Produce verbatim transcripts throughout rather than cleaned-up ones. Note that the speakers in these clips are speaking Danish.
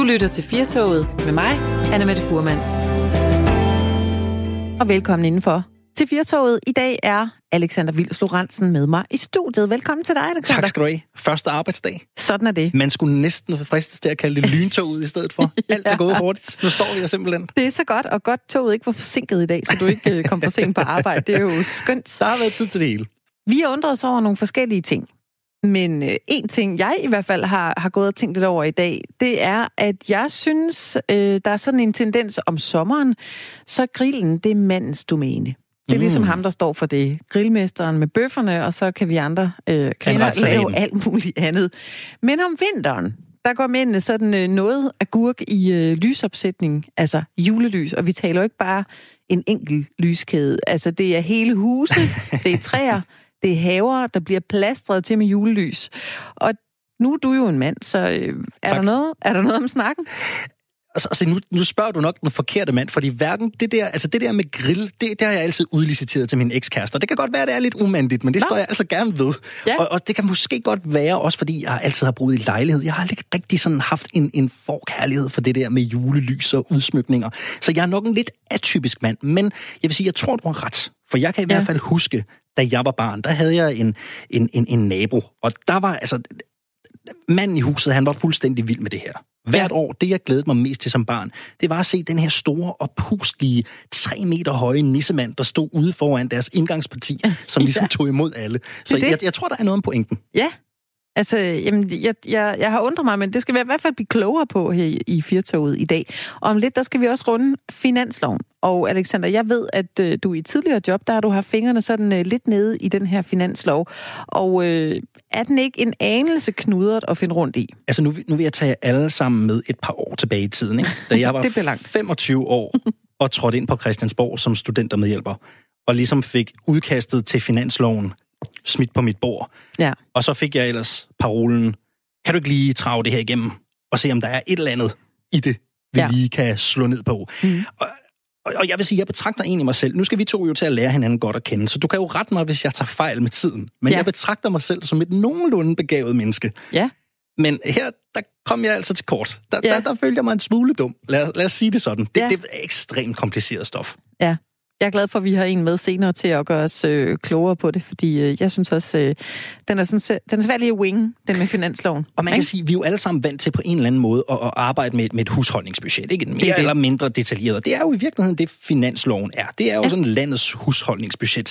lytter til Firtoget med mig, Anne-Mette Fuhrmann. Og velkommen indenfor til Firtoget. I dag er Alexander Vils Lorentzen med mig i studiet. Velkommen til dig, Alexander. Tak skal du have. Første arbejdsdag. Sådan er det. Man skulle næsten fristes til at kalde det lyntoget i stedet for. Alt er gået hurtigt. Nu står vi her simpelthen. Det er så godt, og godt toget ikke var forsinket i dag, så du ikke kom for sent på arbejde. Det er jo skønt. Der har været tid til det hele. Vi har undret os over nogle forskellige ting. Men øh, en ting, jeg i hvert fald har, har gået og tænkt lidt over i dag, det er, at jeg synes, øh, der er sådan en tendens om sommeren, så grillen, det er mandens domæne. Det er mm. ligesom ham, der står for det. Grillmesteren med bøfferne, og så kan vi andre øh, kvinder lave alt muligt andet. Men om vinteren, der går mændene sådan øh, noget agurk i øh, lysopsætning, altså julelys. Og vi taler jo ikke bare en enkelt lyskæde. Altså det er hele huse, det er træer, det er haver, der bliver plastret til med julelys. Og nu er du jo en mand, så øh, er, der noget, er der noget om snakken? Altså, altså nu, nu spørger du nok den forkerte mand, fordi hverken det der, altså det der med grill, det, det har jeg altid udliciteret til min ekskærester. Det kan godt være, det er lidt umandigt, men det Nå. står jeg altså gerne ved. Ja. Og, og det kan måske godt være, også fordi jeg altid har boet i lejlighed. Jeg har aldrig rigtig sådan haft en, en forkærlighed for det der med julelys og udsmykninger. Så jeg er nok en lidt atypisk mand, men jeg vil sige, jeg tror, du har ret. For jeg kan i ja. hvert fald huske, da jeg var barn, der havde jeg en, en, en, en nabo, og der var altså... Manden i huset, han var fuldstændig vild med det her. Hvert år, det jeg glædede mig mest til som barn, det var at se den her store, opustlige, tre meter høje nissemand, der stod ude foran deres indgangsparti, som ligesom ja. tog imod alle. Så det. Jeg, jeg tror, der er noget om pointen. Ja, altså, jamen, jeg, jeg, jeg har undret mig, men det skal vi i hvert fald blive klogere på her i, i Firtoget i dag. Og om lidt, der skal vi også runde finansloven. Og Alexander, jeg ved, at øh, du i et tidligere job, der har du haft fingrene sådan øh, lidt nede i den her finanslov. Og øh, er den ikke en anelse knudret at finde rundt i? Altså nu, nu vil jeg tage alle sammen med et par år tilbage i tiden, ikke? Da jeg var femogtyve år og trådte ind på Christiansborg som studentermedhjælper, og ligesom fik udkastet til finansloven smidt på mit bord. Ja. Og så fik jeg ellers parolen, kan du ikke lige trage det her igennem, og se om der er et eller andet i det, vi ja. lige kan slå ned på. Mm. Og, og jeg vil sige, jeg betragter egentlig mig selv. Nu skal vi to jo til at lære hinanden godt at kende, så du kan jo rette mig, hvis jeg tager fejl med tiden. Men ja. jeg betragter mig selv som et nogenlunde begavet menneske. Ja. Men her, der kom jeg altså til kort. Der, ja. der, der følte jeg mig en smule dum. Lad, lad os sige det sådan. Det, ja. det er ekstremt kompliceret stof. Ja. Jeg er glad for, at vi har en med senere til at gøre os øh, klogere på det, fordi øh, jeg synes også, øh, den er sådan, den er svær lige at winge, den med finansloven. Og man kan sige, vi er jo alle sammen vant til på en eller anden måde at, at arbejde med, med et husholdningsbudget, ikke? Mere det det. eller mindre detaljeret. Det er jo i virkeligheden det, finansloven er. Det er jo ja. sådan landets husholdningsbudget.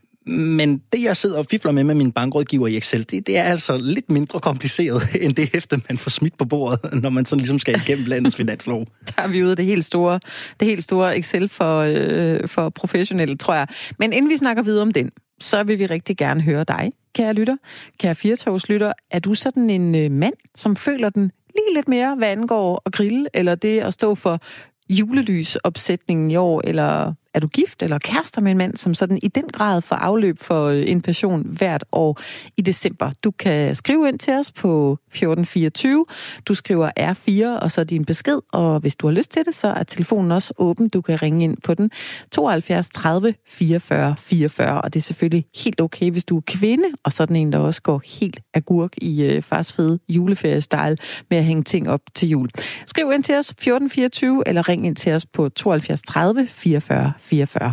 Men det, jeg sidder og fifler med med min bankrådgiver i Excel, det, det er altså lidt mindre kompliceret, end det efter man får smidt på bordet, når man sådan ligesom skal igennem landets finanslov. Der er vi ude det helt store, det helt store Excel for, øh, for professionelle, tror jeg. Men inden vi snakker videre om den, så vil vi rigtig gerne høre dig, kære lytter, kære Firtogslytter. Er du sådan en øh, mand, som føler den lige lidt mere, hvad angår at grille, eller det at stå for julelysopsætningen i år, eller er du gift eller kærester med en mand, som sådan i den grad får afløb for en passion hvert år i december? Du kan skrive ind til os på fjorten fireogtyve. Du skriver R fire, og så din besked, og hvis du har lyst til det, så er telefonen også åben. Du kan ringe ind på den tooghalvfjerds tredive fireogfyrre fireogfyrre, og det er selvfølgelig helt okay, hvis du er kvinde, og sådan en, der også går helt agurk i øh, fars fede juleferie-style med at hænge ting op til jul. Skriv ind til os fjorten fireogtyve, eller ring ind til os på tooghalvfjerds tredive fireogfyrre fireogfyrre.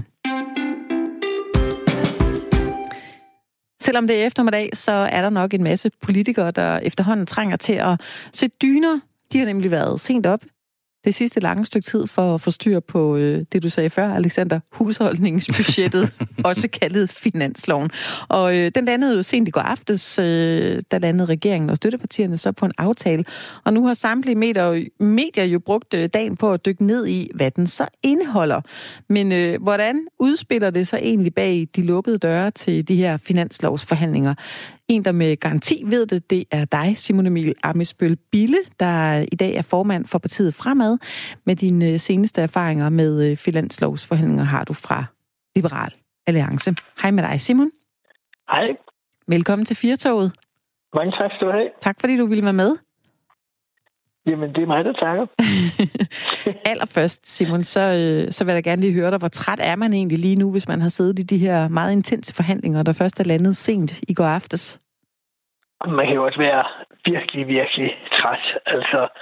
Selvom det er eftermiddag, så er der nok en masse politikere, der efterhånden trænger til at sætte dyner. De har nemlig været sent op det sidste lange stykke tid for at få styr på øh, det, du sagde før, Alexander, husholdningsbudgettet, også kaldet finansloven. Og øh, den landede jo sent i går aftes, øh, der landede regeringen og støttepartierne så på en aftale. Og nu har samtlige medier, medier jo brugt øh, dagen på at dykke ned i, hvad den så indeholder. Men øh, hvordan udspiller det sig egentlig bag de lukkede døre til de her finanslovsforhandlinger? En, der med garanti ved det, det er dig, Simon Emil Ammitzbøll-Bille, der i dag er formand for partiet Fremad. Med dine seneste erfaringer med finanslovsforhandlinger har du fra Liberal Alliance. Hej med dig, Simon. Hej. Velkommen til Firtoget. Mange tak skal du have. Tak fordi du ville være med. Jamen, det er mig, der takker. Allerførst, Simon, så, så vil jeg gerne lige høre dig. Hvor træt er man egentlig lige nu, hvis man har siddet i de her meget intense forhandlinger, der først er landet sent i går aftes? Man kan jo også være virkelig, virkelig træt. Altså,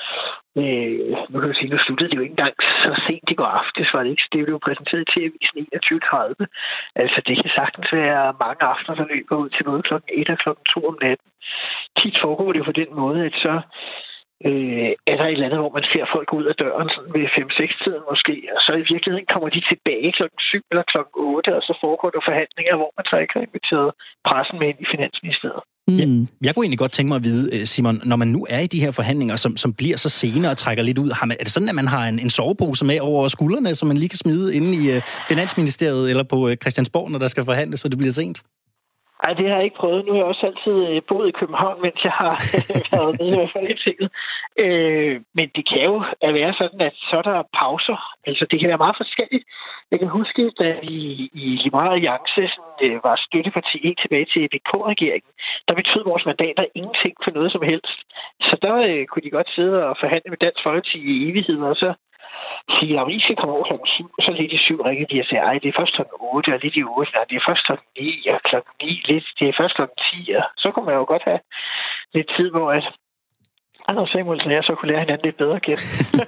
Øh, nu kan du sige, nu sluttede det jo ikke engang så sent i går aftes, var det ikke? Det blev jo præsenteret i T V-avisen enogtyve tredive. Altså, det kan sagtens være mange aftener, der løber ud til både klokken et og klokken to om natten. Tit foregår det jo på den måde, at så øh, er der et eller andet, hvor man ser folk gå ud af døren sådan ved fem seks tiden måske, og så i virkeligheden kommer de tilbage klokken syv eller klokken otte, og så foregår der forhandlinger, hvor man så ikke har inviteret pressen med ind i Finansministeriet. Mm. Ja, jeg kunne egentlig godt tænke mig at vide, Simon, når man nu er i de her forhandlinger, som, som bliver så sene og trækker lidt ud, har man, er det sådan, at man har en, en sovepose med over skuldrene, som man lige kan smide inde i uh, Finansministeriet eller på uh, Christiansborg, når der skal forhandles, så det bliver sent? Nej, det har jeg ikke prøvet. Nu har jeg også altid boet i København, mens jeg har været med i Folketinget. Øh, men det kan jo være sådan, at så er der pauser. Altså, det kan være meget forskelligt. Jeg kan huske, da vi i Liberal Alliance sådan, var støtteparti helt tilbage til V K-regeringen, der betød vores mandater ingenting for noget som helst. Så der øh, kunne de godt sidde og forhandle med Dansk Folkeparti i evighed, og så sige, at vi skal komme over klokken syv, så lidt i syv ringer de og siger, ej, det er først klokken otte, og lidt i otte, nej, det er først klokken ni, og klokken ni, lidt, det er først klokken ti, og så kunne man jo godt have lidt tid, hvor at Anders Samuelsen og jeg så kunne lære hinanden lidt bedre at kende.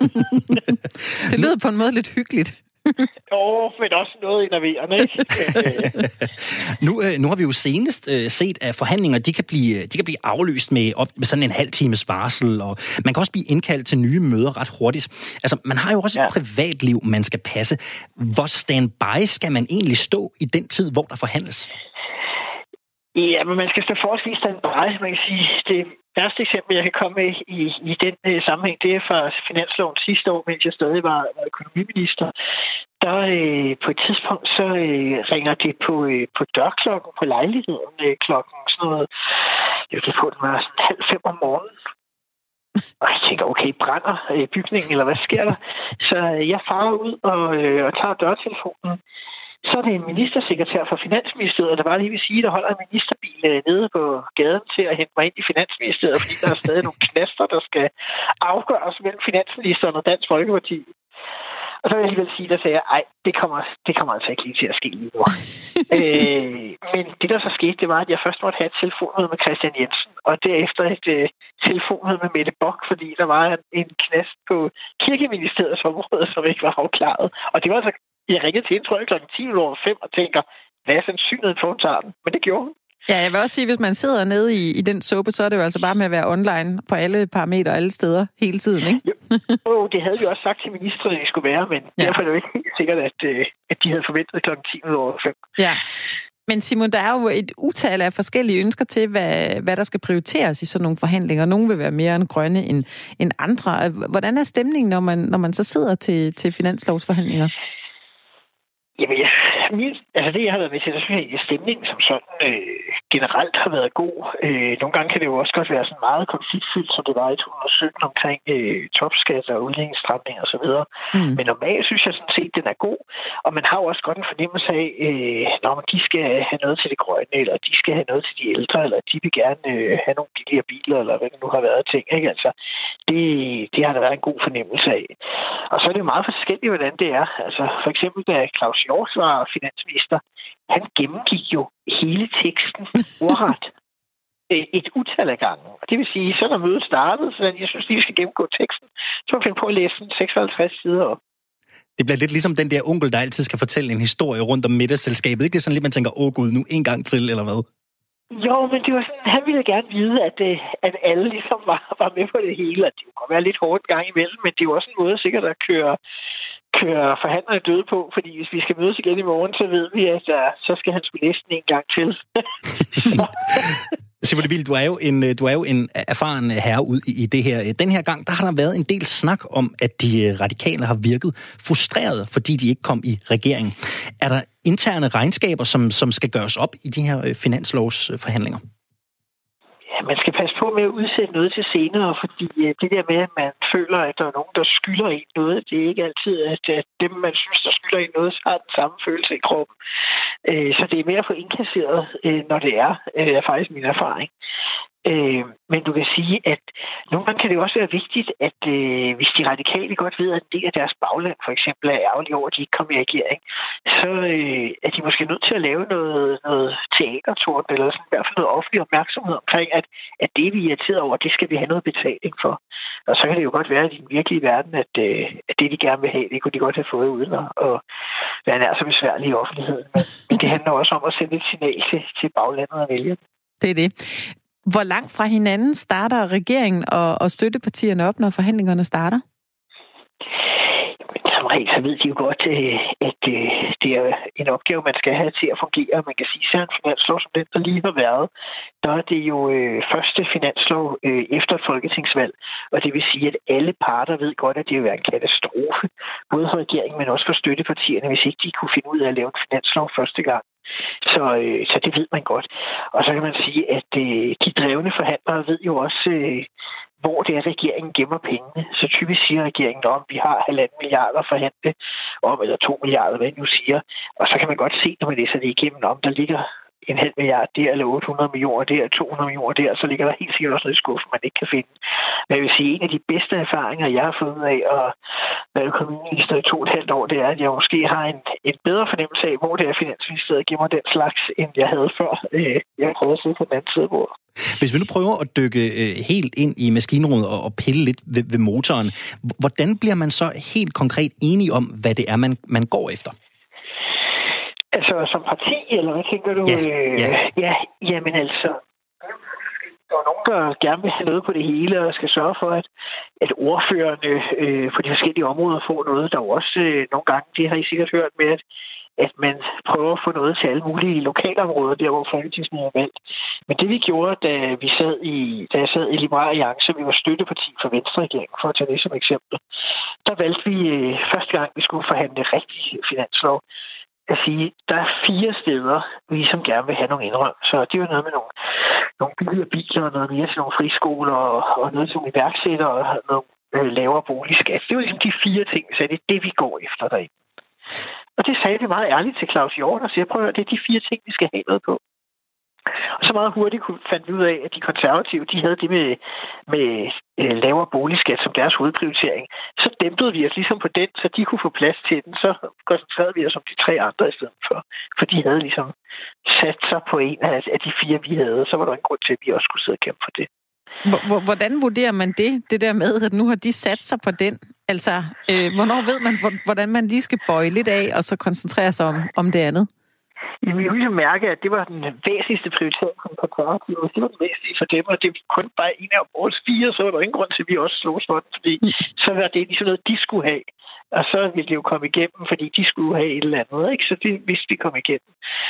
Det lyder på en måde lidt hyggeligt. Jo, men også noget innoverende, ikke? nu, øh, nu har vi jo senest øh, set, at forhandlinger de kan, blive, de kan blive aflyst med, op, med sådan en halv times varsel, og man kan også blive indkaldt til nye møder ret hurtigt. Altså, man har jo også ja. et privatliv, man skal passe. Hvor standby skal man egentlig stå i den tid, hvor der forhandles? Ja, men man skal stå forholdsvis standby. Man kan sige, det værste eksempel, jeg kan komme med i, i den uh, sammenhæng, det er fra finansloven sidste år, mens jeg stadig var, var økonomiminister. Der uh, på et tidspunkt, så uh, ringer det på, uh, på dørklokken på lejligheden uh, klokken sådan noget. Jeg kan på, den var sådan halv fem om morgenen. Og jeg tænker, okay, brænder uh, bygningen, eller hvad sker der? Så uh, jeg farer ud og, uh, og tager dørtelefonen. Så er det en ministersekretær fra Finansministeriet, der bare lige vil sige, der holder en ministerbil nede på gaden til at hente mig ind i Finansministeriet, fordi der er stadig nogle knaster, der skal afgøres mellem Finansministeren og Dansk Folkeparti. Og så vil jeg alligevel sige, der sagde jeg, ej, det kommer, det kommer altså ikke lige til at ske lige nu. øh, men det, der så skete, det var, at jeg først måtte have et telefonmøde med Christian Jensen, og derefter et uh, telefonmøde med Mette Bock, fordi der var en, en knast på Kirkeministeriets område, som ikke var afklaret. Og det var altså, jeg ringede til hende, tror jeg, klokken ti over fem og tænker, hvad er sandsynligheden for, hun tager den? Men det gjorde hun. Ja, jeg vil også sige, hvis man sidder nede i, i den suppe, så er det jo altså bare med at være online på alle parametre, alle steder, hele tiden, ikke? Jo, det havde vi også sagt til ministeren, at det skulle være, men ja. Derfor er det jo ikke helt sikkert, at, at de havde forventet klokken ti over fem. Ja. Men Simon, der er jo et utal af forskellige ønsker til, hvad, hvad der skal prioriteres i sådan nogle forhandlinger. Nogle vil være mere end grønne end, end andre. Hvordan er stemningen, når man, når man så sidder til, til finanslovsforhandlinger? Jamen, ja, min, altså det, jeg har været med til, der synes jeg, at stemningen som sådan øh, generelt har været god. Øh, nogle gange kan det jo også godt være sådan meget konfliktfyldt, som det var i to tusind og sytten omkring øh, topskat og udligningsstramning og så videre. Mm. Men normalt synes jeg sådan set, at den er god. Og man har jo også godt en fornemmelse af, øh, når man de skal have noget til det grønne, eller de skal have noget til de ældre, eller de vil gerne øh, have nogle billigere biler, eller hvad det nu har været ting. Ikke? Altså, det, det har der været en god fornemmelse af. Og så er det jo meget forskelligt, hvordan det er. Altså, for eksempel, da Claus Hjort var finansminister, han gennemgik jo hele teksten ordret et utal af gange. Og det vil sige, så når mødet startede, så jeg synes lige, vi skal gennemgå teksten, så må vi finde på at læse den seksoghalvtreds sider op. Det bliver lidt ligesom den der onkel, der altid skal fortælle en historie rundt om middagsselskabet. Ikke det er sådan lidt, man tænker, åh gud, nu en gang til, eller hvad? Jo, men det var sådan, han ville gerne vide, at, at alle ligesom var, var med på det hele, og det kunne være lidt hårdt gang imellem, men det er jo også en måde sikkert at køre, køre forhandlerne døde på, fordi hvis vi skal mødes igen i morgen, så ved vi, at uh, så skal han sgu næsten en gang til. Simon Emil, du er jo en, du er jo en erfaren herre ud i, i det her. Den her gang, der har der været en del snak om, at de radikale har virket frustreret, fordi de ikke kom i regering. Er der interne regnskaber, som, som skal gøres op i de her finanslovsforhandlinger? Ja, man skal passe på med at udsætte noget til senere, fordi det der med, at man føler, at der er nogen, der skylder en noget, det er ikke altid, at dem, man synes, der skylder en noget, så har den samme følelse i kroppen. Så det er mere for indkasseret, når det er, er faktisk min erfaring. Øh, men du kan sige, at nogle gange kan det også være vigtigt, at øh, hvis de radikale godt ved, at en del af deres bagland for eksempel er ærgerlige over, at de ikke kommer i regering, så øh, er de måske nødt til at lave noget, noget teatertorden, eller sådan, i hvert fald noget offentlig opmærksomhed omkring, at, at det vi er irriteret over, det skal vi have noget betaling for. Og så kan det jo godt være, at i den virkelige verden, at, øh, at det, de gerne vil have, det kunne de godt have fået uden at, at være nær så besværlig i offentligheden. Men, men det handler også om at sende et signal til, til baglandet og vælgerne. Det er det. Hvor langt fra hinanden starter regeringen og, og støttepartierne op, når forhandlingerne starter? Som regel, så ved de jo godt, at det er en opgave, man skal have til at fungere. Man kan sige, at en finanslov som den, der lige har været, der er det jo første finanslov efter et folketingsvalg. Og det vil sige, at alle parter ved godt, at det vil være en katastrofe. Både for regeringen, men også for støttepartierne, hvis ikke de kunne finde ud af at lave en finanslov første gang. Så, så det ved man godt. Og så kan man sige, at de drevne forhandlere ved jo også, hvor det er, regeringen gemmer pengene. Så typisk siger regeringen om, vi har halvanden milliarder at forhandle om, eller to milliarder, hvad nu siger. Og så kan man godt se, når man læser det igennem, om der ligger en halv milliard der, eller otte hundrede millioner der, to hundrede millioner der, så ligger der helt sikkert også noget i skuffen, man ikke kan finde. Men jeg vil sige, en af de bedste erfaringer, jeg har fået af at være økonomiminister i to og et halvt år, det er, at jeg måske har en, en bedre fornemmelse af, hvor det er, Finansministeriet gemmer den slags, end jeg havde før. Jeg prøvede at sidde på den anden side af bordet. Hvis vi nu prøver at dykke helt ind i maskinrummet og pille lidt ved, ved motoren, hvordan bliver man så helt konkret enige om, hvad det er, man, man går efter? Altså, som parti, eller hvad tænker du? Ja, ja. ja jamen altså, der er nogen, der gerne vil have noget på det hele, og skal sørge for, at, at ordførerne øh, på de forskellige områder får noget. Der er jo også øh, nogle gange, det har I sikkert hørt med, at, at man prøver at få noget til alle mulige lokalområder, der hvor folketingsmødet er valgt. Men det vi gjorde, da, vi sad i, da jeg sad i Liberal Alliance, vi var støtteparti for Venstre-regeringen, for at tage det som eksempel, der valgte vi øh, første gang, vi skulle forhandle rigtig finanslov, at sige, der er fire steder, vi som gerne vil have nogle indrømmelser. Det er jo noget med nogle, nogle billigere biler, og noget mere til nogle friskoler, og, og noget til nogle iværksættere, og nogle øh, lavere boligskat. Det er jo ligesom de fire ting, så det er det, vi går efter derinde. Og det sagde vi meget ærligt til Claus Hjort, og siger, prøv at høre, det er de fire ting, vi skal have noget på. Og så meget hurtigt fandt vi ud af, at de konservative, de havde det med, med øh, lavere boligskat som deres hovedprioritering. Så dæmpede vi os ligesom på den, så de kunne få plads til den. Så koncentrerede vi os om de tre andre i stedet for. For de havde ligesom sat sig på en af, af de fire, vi havde. Så var der en grund til, at vi også skulle sidde og kæmpe for det. Hvordan vurderer man det, det der med, at nu har de sat sig på den? Altså, øh, hvornår ved man, hvordan man lige skal bøje lidt af, og så koncentrere sig om, om det andet? Jamen, vi kunne ligesom mærke, at det var den væsentligste prioritering for konservative. Det var den væsentlige for dem, og det var kun bare en af vores fire, så var der ingen grund til, at vi også slog sådan, fordi mm. så var det ligesom noget, de skulle have. Og så ville det jo komme igennem, fordi de skulle have et eller andet, ikke? Så det vidste vi kom igennem.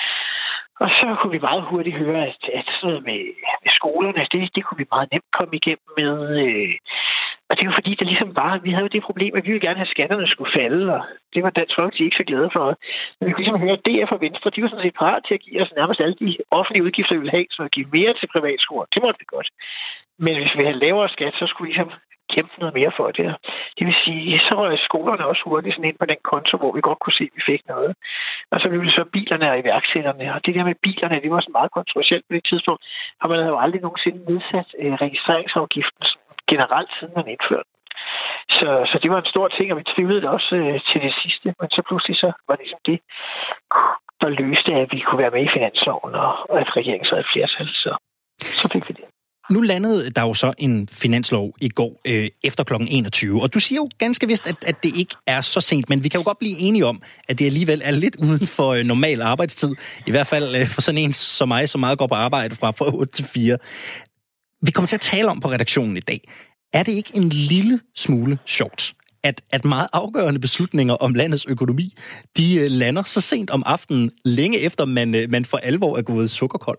Og så kunne vi meget hurtigt høre, at, at sådan noget med, med skolerne, det, det kunne vi meget nemt komme igennem med. Øh, og det var fordi, der ligesom bare, vi havde jo det problem, at vi ville gerne have, at skatterne skulle falde, og det var Dansk Folkeparti ikke så glade for. Men vi kunne ligesom høre, at D F og Venstre, de var sådan set parat til at give os nærmest alle de offentlige udgifter, vi ville have, så at give mere til privatskoler. Det måtte vi godt. Men hvis vi havde lavere skat, så skulle vi ligesom kæmpe noget mere for det. Det vil sige, så røg skolerne også hurtigt sådan ind på den konto, hvor vi godt kunne se, at vi fik noget. Og så ville så bilerne og iværksætterne. Og det der med bilerne, det var sådan meget kontroversielt på det tidspunkt. Og man havde jo aldrig nogensinde nedsat øh, registreringsafgiften generelt, siden man indførte den. Så, så det var en stor ting, og vi tvivlede det også øh, til det sidste. Men så pludselig så var det ligesom det, der løste, at vi kunne være med i finansloven, og, og at regeringen så havde et flertal. Så, så fik vi det. Nu landede der jo så en finanslov i går øh, efter klokken enogtyve, og du siger jo ganske vist, at, at det ikke er så sent, men vi kan jo godt blive enige om, at det alligevel er lidt uden for øh, normal arbejdstid, i hvert fald øh, for sådan en som mig, som meget går på arbejde fra, fra otte til fire. Vi kommer til at tale om på redaktionen i dag. Er det ikke en lille smule sjovt, at, at meget afgørende beslutninger om landets økonomi, de øh, lander så sent om aftenen, længe efter man, øh, man for alvor er gået sukkerkold?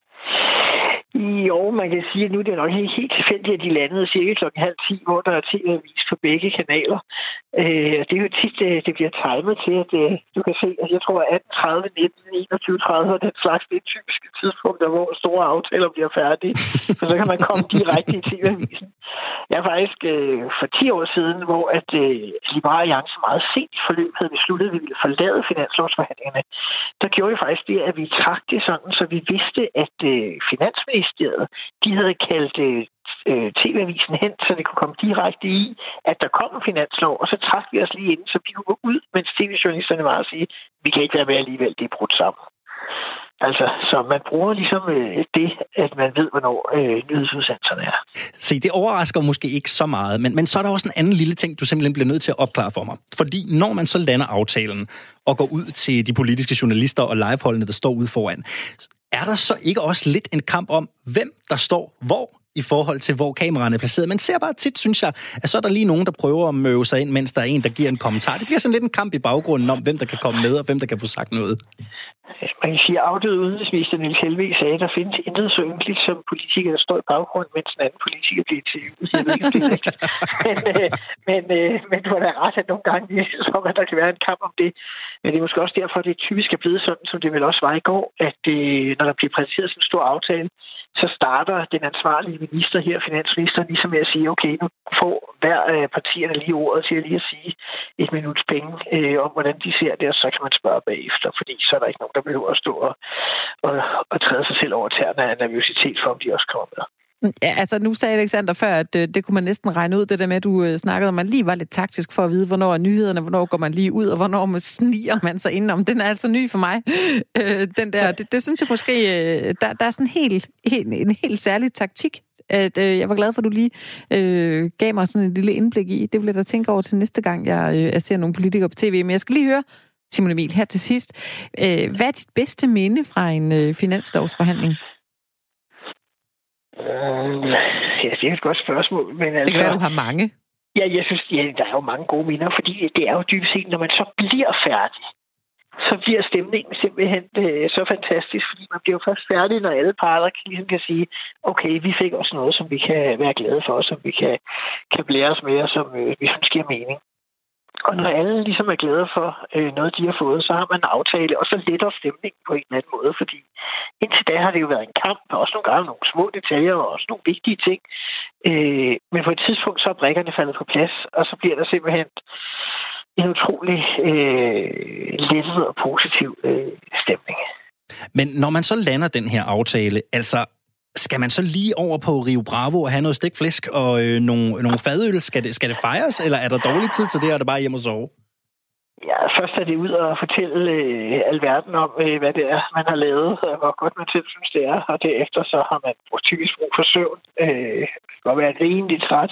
Jo, man kan sige, at nu er det nok helt, helt tilfældigt, at de landede cirka klokken halv ti, hvor der er T V-avis på begge kanaler. Øh, det er jo tit, det, det bliver timet til, at øh, du kan se, at jeg tror, at atten tredive, nitten, enogtyve tredive og den slags, det er typiske tidspunkter, hvor store aftaler bliver færdige. Så så kan man komme direkte i T V-avisen. Jeg er faktisk øh, for ti år siden, hvor at øh, Liberal Alliance meget sent i forløb havde besluttet, at vi ville forlade finanslovsforhandlingerne. Der gjorde vi faktisk det, at vi trak det sådan, så vi vidste, at øh, Finansministeriet, de havde kaldt øh, T V-avisen hen, så det kunne komme direkte i, at der kom en finanslov, og så trak vi os lige ind, så vi kunne gå ud, mens T V-journalisterne var at sige, vi kan ikke være med alligevel, det er brudt sammen. Altså, så man bruger ligesom øh, det, at man ved, hvornår øh, nyhedsudsendelserne er. Se, det overrasker måske ikke så meget, men, men så er der også en anden lille ting, du simpelthen bliver nødt til at opklare for mig. Fordi når man så lander aftalen og går ud til de politiske journalister og liveholdene, der står ude foran, er der så ikke også lidt en kamp om, hvem der står hvor i forhold til, hvor kameraerne er placeret? Man ser bare tit, synes jeg, at så er der lige nogen, der prøver at møve sig ind, mens der er en, der giver en kommentar. Det bliver sådan lidt en kamp i baggrunden om, hvem der kan komme med, og hvem der kan få sagt noget. Man kan sige, at afdøde udenrigsminister Niels Helveg sagde, at der findes intet så ynkeligt som politikere, der står i baggrunden, mens en anden politiker bliver interviewet. Jeg ved ikke, om det er rigtigt. Men, øh, men, øh, men du har da ret, at nogle gange så at der kan være en kamp om det. Men det er måske også derfor, at det typisk er blevet sådan, som det vel også var i går, at øh, når der bliver præsenteret sådan en stor aftale, så starter den ansvarlige minister her, finansministeren, ligesom med at sige, okay, nu får hver af partierne lige ordet til at lige at sige et minuts penge øh, om, hvordan de ser det, og så kan man spørge bagefter, fordi så er der ikke nogen, der behøver at stå og, og, og træde sig selv over tæerne af nervøsitet for, om de også kommer med. Ja, altså nu sagde Alexander før, at øh, det kunne man næsten regne ud, det der med, at du øh, snakkede om, man lige var lidt taktisk for at vide, hvornår er nyhederne, hvornår går man lige ud, og hvornår man sniger man sig indenom. Den er altså ny for mig. Øh, den der, det, det synes jeg måske, øh, der, der er sådan en helt, helt, en helt særlig taktik. At, øh, jeg var glad for, at du lige øh, gav mig sådan et lille indblik i. Det vil jeg da tænke over til næste gang, jeg, øh, jeg ser nogle politikere på tv. Men jeg skal lige høre, Simon Emil, her til sidst. Øh, hvad er dit bedste minde fra en øh, finanslovsforhandling? Uh, ja, det er et godt spørgsmål. Men altså, det kan være, du har mange. Ja, jeg synes, ja, der er jo mange gode minder, fordi det er jo dybest set, når man så bliver færdig, så bliver stemningen simpelthen øh, så fantastisk, fordi man bliver jo først færdig, når alle parter ligesom kan sige, okay, vi fik også noget, som vi kan være glade for, som vi kan, kan blære os med, og som øh, vi synes giver mening. Og når alle ligesom er glade for øh, noget, de har fået, så har man en aftale, og så letter stemningen på en eller anden måde, fordi indtil da har det jo været en kamp, og også nogle gange nogle små detaljer, og også nogle vigtige ting. Øh, men på et tidspunkt, så er brikkerne faldet på plads, og så bliver der simpelthen en utrolig øh, lettet og positiv øh, stemning. Men når man så lander den her aftale, altså skal man så lige over på Rio Bravo og have noget stegt flæsk og øh, nogle, nogle fadøl? Skal det, skal det fejres, eller er der dårlig tid til det, og er det bare hjem og sove? Ja, først er det ud og fortælle øh, alverden om, øh, hvad det er, man har lavet, og hvor godt man selv synes, det er. Og derefter så har man typisk brug for søvn. Øh, det kan godt være rimelig træt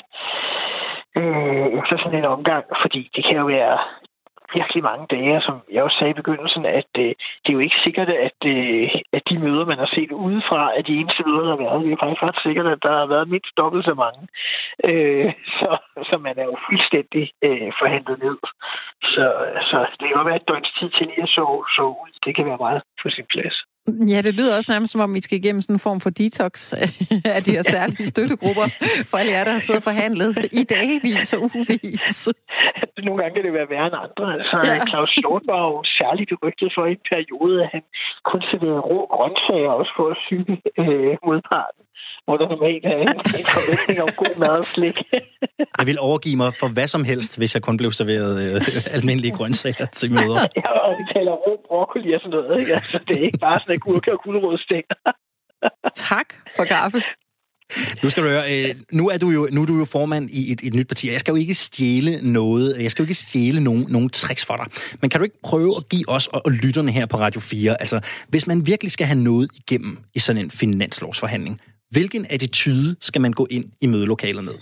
øh, efter sådan en omgang, fordi det kan jo være virkelig mange dage, som jeg også sagde i begyndelsen, at øh, det er jo ikke sikkert, at, øh, at de møder, man har set udefra, er de eneste møder, der har været. Det er faktisk ret sikkert, at der har været mindst dobbelt så mange. Øh, så, så man er jo fuldstændig øh, forhandlet ned. Så, så det kan jo være et døgns tid til lige at sove, sove ud. Det kan være meget på sin plads. Ja, det lyder også nærmest som om, I skal igennem sådan en form for detox af de her særlige støttegrupper for alle jer, der har siddet og forhandlet i dagevis og ugevis. Nogle gange kan det være værre end andre. Altså, ja. Claus Hjort var jo særligt berygtet for en periode, at han kun serverede rå grøntsager også for at syge øh, modparten, hvor der normalt er en, en forventning om god mad og slik. Jeg vil overgive mig for hvad som helst, hvis jeg kun blev serveret øh, almindelige grøntsager til møder. Ja, og vi taler rå broccoli og sådan noget. Ikke? Altså, det er ikke bare sådan agurke og gulerodstænger. Tak for kaffe. Nu skal du høre, øh, nu er du jo nu er du jo formand i et, et nyt parti, og jeg skal jo ikke stjæle noget, jeg skal jo ikke stjæle nogen, nogen tricks for dig. Men kan du ikke prøve at give os og, og lytterne her på Radio fire, altså hvis man virkelig skal have noget igennem i sådan en finanslovsforhandling, hvilken attitude skal man gå ind i mødelokalet med?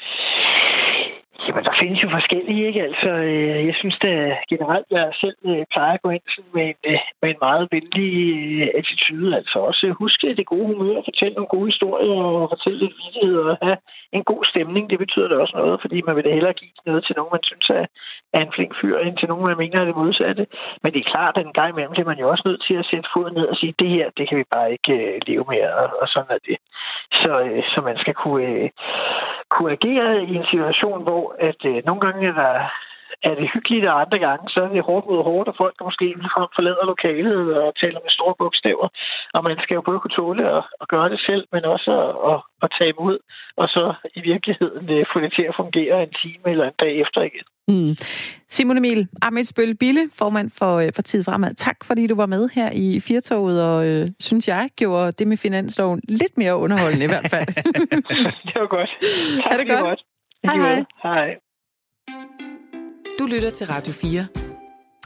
Jamen, der findes jo forskellige, ikke? Altså, øh, jeg synes da generelt, at jeg selv øh, plejer at gå ind sådan med, en, øh, med en meget venlig øh, attitude. Altså også huske det gode humør, og fortælle nogle gode historier, og fortælle lidt vittigheder, og have en god stemning. Det betyder da også noget, fordi man vil da hellere give noget til nogen, man synes er, er en flink fyr, end til nogen, man mener er det modsatte. Men det er klart, at en gang imellem det er man jo også nødt til at sætte foden ned og sige, det her, det kan vi bare ikke øh, leve med, og, og sådan er det. Så, øh, så man skal kunne, øh, kunne agere i en situation, hvor at øh, nogle gange er, der, er det hyggeligt, og andre gange så er det hårdt mod hårdt, og folk der måske ligefrem forlader lokalet og taler med store bogstaver. Og man skal jo både kunne tåle at, at gøre det selv, men også at, at, at tage imod, og så i virkeligheden øh, få det til at fungere en time eller en dag efter igen. Mm. Simon Emil Ammitzbøll Bille, formand for øh, partiet Fremad. Tak fordi du var med her i Firtoget, og øh, synes jeg gjorde det med finansloven lidt mere underholdende i hvert fald. Det var godt. Tak, er det godt? godt. Hej hej. Hej. Du lytter til Radio fire.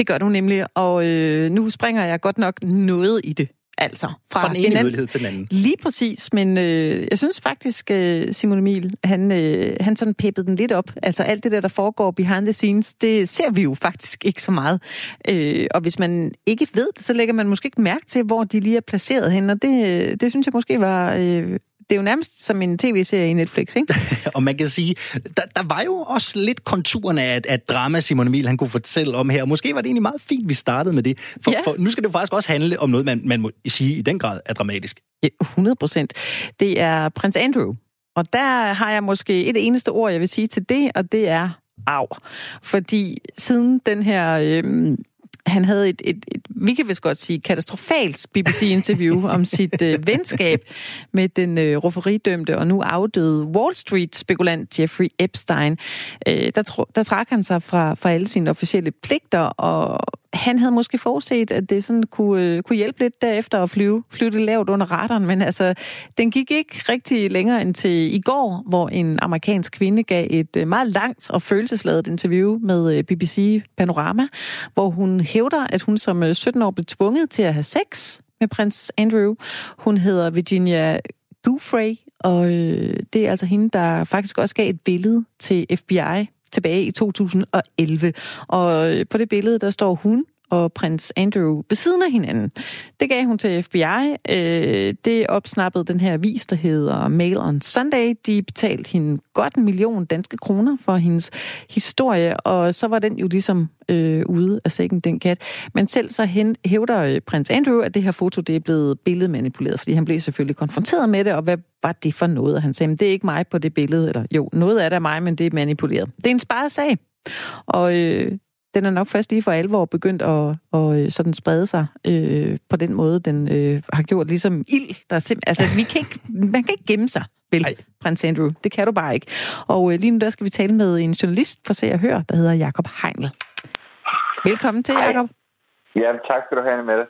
Det gør du nemlig, og øh, nu springer jeg godt nok noget i det. Altså, fra, fra den ene yderlighed til den anden. Lige præcis, men øh, jeg synes faktisk, øh, Simon Emil, han, øh, han sådan peppede den lidt op. Altså alt det der, der foregår behind the scenes, det ser vi jo faktisk ikke så meget. Øh, og hvis man ikke ved det, så lægger man måske ikke mærke til, hvor de lige er placeret hen, og det, det synes jeg måske var... Øh, det er jo nærmest som en tv-serie i Netflix, ikke? Og man kan sige, der, der var jo også lidt konturerne af, af drama, Simon Emil han kunne fortælle om her. Og måske var det egentlig meget fint, vi startede med det. For, ja. for nu skal det jo faktisk også handle om noget, man, man må sige i den grad er dramatisk. Ja, hundrede procent. Det er prins Andrew. Og der har jeg måske et eneste ord, jeg vil sige til det, og det er au. Fordi siden den her... Øh, Han havde et, et, et, vi kan vist godt sige, katastrofalt B B C-interview om sit øh, venskab med den øh, rufferidømte og nu afdøde Wall Street-spekulant Jeffrey Epstein. Øh, der, tro, der trak han sig fra, fra alle sine officielle pligter, og han havde måske forudset, at det sådan kunne, øh, kunne hjælpe lidt derefter at flyve, flyve det lavt under radaren, men altså, den gik ikke rigtig længere end til i går, hvor en amerikansk kvinde gav et øh, meget langt og følelsesladet interview med øh, B B C Panorama, hvor hun hævder, at hun som sytten år blev tvunget til at have sex med prins Andrew. Hun hedder Virginia Giuffre, og øh, det er altså hende, der faktisk også gav et billede til F B I tilbage i to tusind og elleve. Og på det billede, der står hun og prins Andrew ved siden af hinanden. Det gav hun til F B I. Det opsnappede den her avis, der hedder Mail on Sunday. De betalte hende godt en million danske kroner for hendes historie, og så var den jo ligesom øh, ude af sækken, den kat. Men selv så hen, hævder prins Andrew, at det her foto, det er blevet billedmanipuleret, fordi han blev selvfølgelig konfronteret med det, og hvad var det for noget? Og han sagde, det er ikke mig på det billede, eller jo, noget af det er mig, men det er manipuleret. Det er en sparet sag, og øh, den er nok først lige for alvor begyndt at, at sådan sprede sig øh, på den måde, den øh, har gjort, ligesom ild. Der er simp- altså, vi kan ikke, man kan ikke gemme sig, vel, Ej. prins Andrew. Det kan du bare ikke. Og øh, lige nu der skal vi tale med en journalist for Se og Hør, der hedder Jakob Heinl. Velkommen til, Jakob. Ja, tak skal du have med det.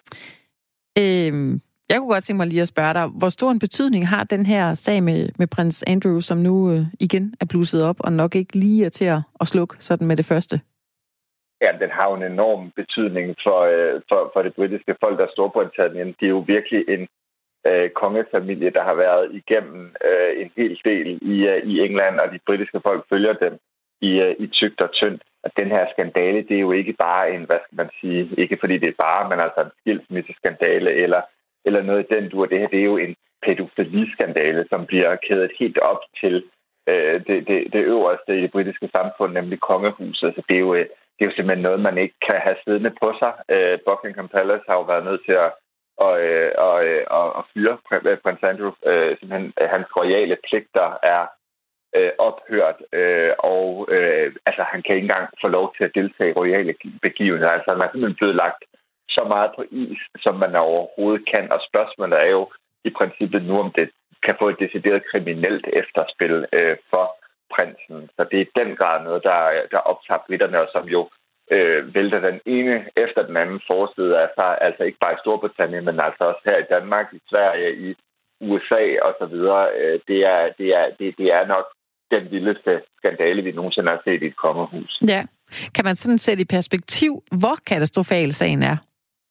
Øhm, jeg kunne godt tænke mig lige at spørge dig, hvor stor en betydning har den her sag med, med prins Andrew, som nu øh, igen er blusset op, og nok ikke lige er til at, at slukke sådan med det første? Ja, den har jo en enorm betydning for, øh, for, for det britiske folk, der er Storbritannien. Det er jo virkelig en øh, kongefamilie, der har været igennem øh, en hel del i, øh, i England, og de britiske folk følger dem i, øh, i tygt og tyndt. Og den her skandale, det er jo ikke bare en, hvad skal man sige, ikke fordi det er bare, men altså en skilsmisseskandale eller, eller noget i den dur. Det her, det er jo en pædofiliskandale, som bliver kædet helt op til øh, det, det, det øverste i det britiske samfund, nemlig kongehuset. Så det er jo Det er jo simpelthen noget, man ikke kan have siddende på sig. Uh, Buckingham Palace har jo været nødt til at, at, at, at, at fyre prins Andrew. Uh, simpelthen, hans royale pligter er uh, ophørt, uh, og uh, altså, han kan ikke engang få lov til at deltage i royale begivenheder. Altså, han er simpelthen blevet lagt så meget på is, som man overhovedet kan. Og spørgsmålet er jo i princippet nu, om det kan få et decideret kriminelt efterspil uh, for prinsen. Så det er i den grad noget, der, der optager britterne, og som jo øh, vælter den ene efter den anden forside af sig, altså ikke bare i Storbritannien, men altså også her i Danmark, i Sverige, i U S A og så videre. Det er, det er, det, det er nok den vildeste skandale, vi nogensinde har set i et kongehus. Ja. Kan man sådan sætte i perspektiv, hvor katastrofal sagen er?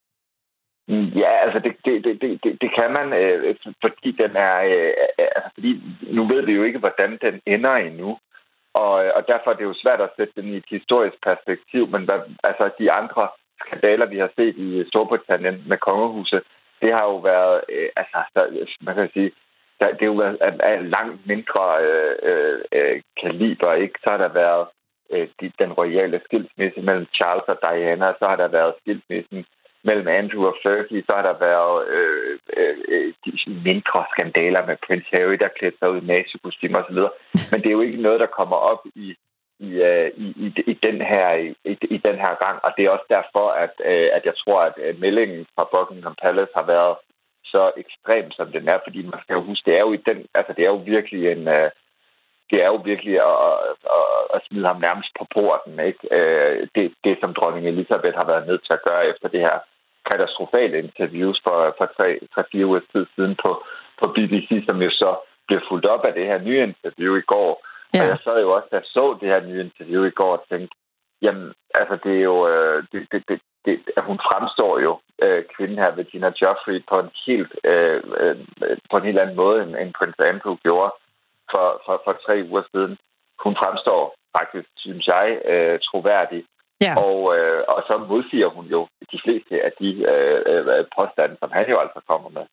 Ja, altså det, det, det, det, det kan man, øh, fordi den er, øh, altså fordi nu ved vi jo ikke, hvordan den ender endnu, og, og derfor er det jo svært at sætte den i et historisk perspektiv, men hvad, altså de andre skandaler, vi har set i Storbritannien med kongehuset, det har jo været, øh, altså man kan sige, der, det har jo været af langt mindre øh, øh, kaliber, ikke? Så har der været øh, de, den royale skilsmisse mellem Charles og Diana, så har der været skilsmissen mellem Andrew og Fergie, så har der været øh, øh, de mindre skandaler med Prince Harry, der klædte sig ud i nazi-kostymer og så videre. Men det er jo ikke noget, der kommer op i, i, i, i, i, den, her, i, i den her gang. Og det er også derfor, at, at jeg tror, at meldingen fra Buckingham Palace har været så ekstrem, som den er. Fordi man skal jo huske, det er jo, i den, altså, det er jo virkelig en... Det er jo virkelig at, at, at smide ham nærmest på porten, ikke? Det, det, som dronning Elizabeth har været nødt til at gøre efter det her katastrofale interviews for, for tre-fire uger tid siden på, på B B C, som jo så blev fulgt op af det her nye interview i går. Ja. Og jeg sad jo også, da jeg så det her nye interview i går, og tænkte, jamen, altså, det er jo, det, det, det, det, hun fremstår jo, øh, kvinden her, Virginia Giuffre, på en helt, øh, øh, på en helt anden måde, end, end Prince Andrew gjorde for, for, for tre uger siden. Hun fremstår faktisk, synes jeg, øh, troværdig. Ja. Og, øh, og så modsiger hun jo de fleste af de øh, øh, påstande, som han jo altså kommer med.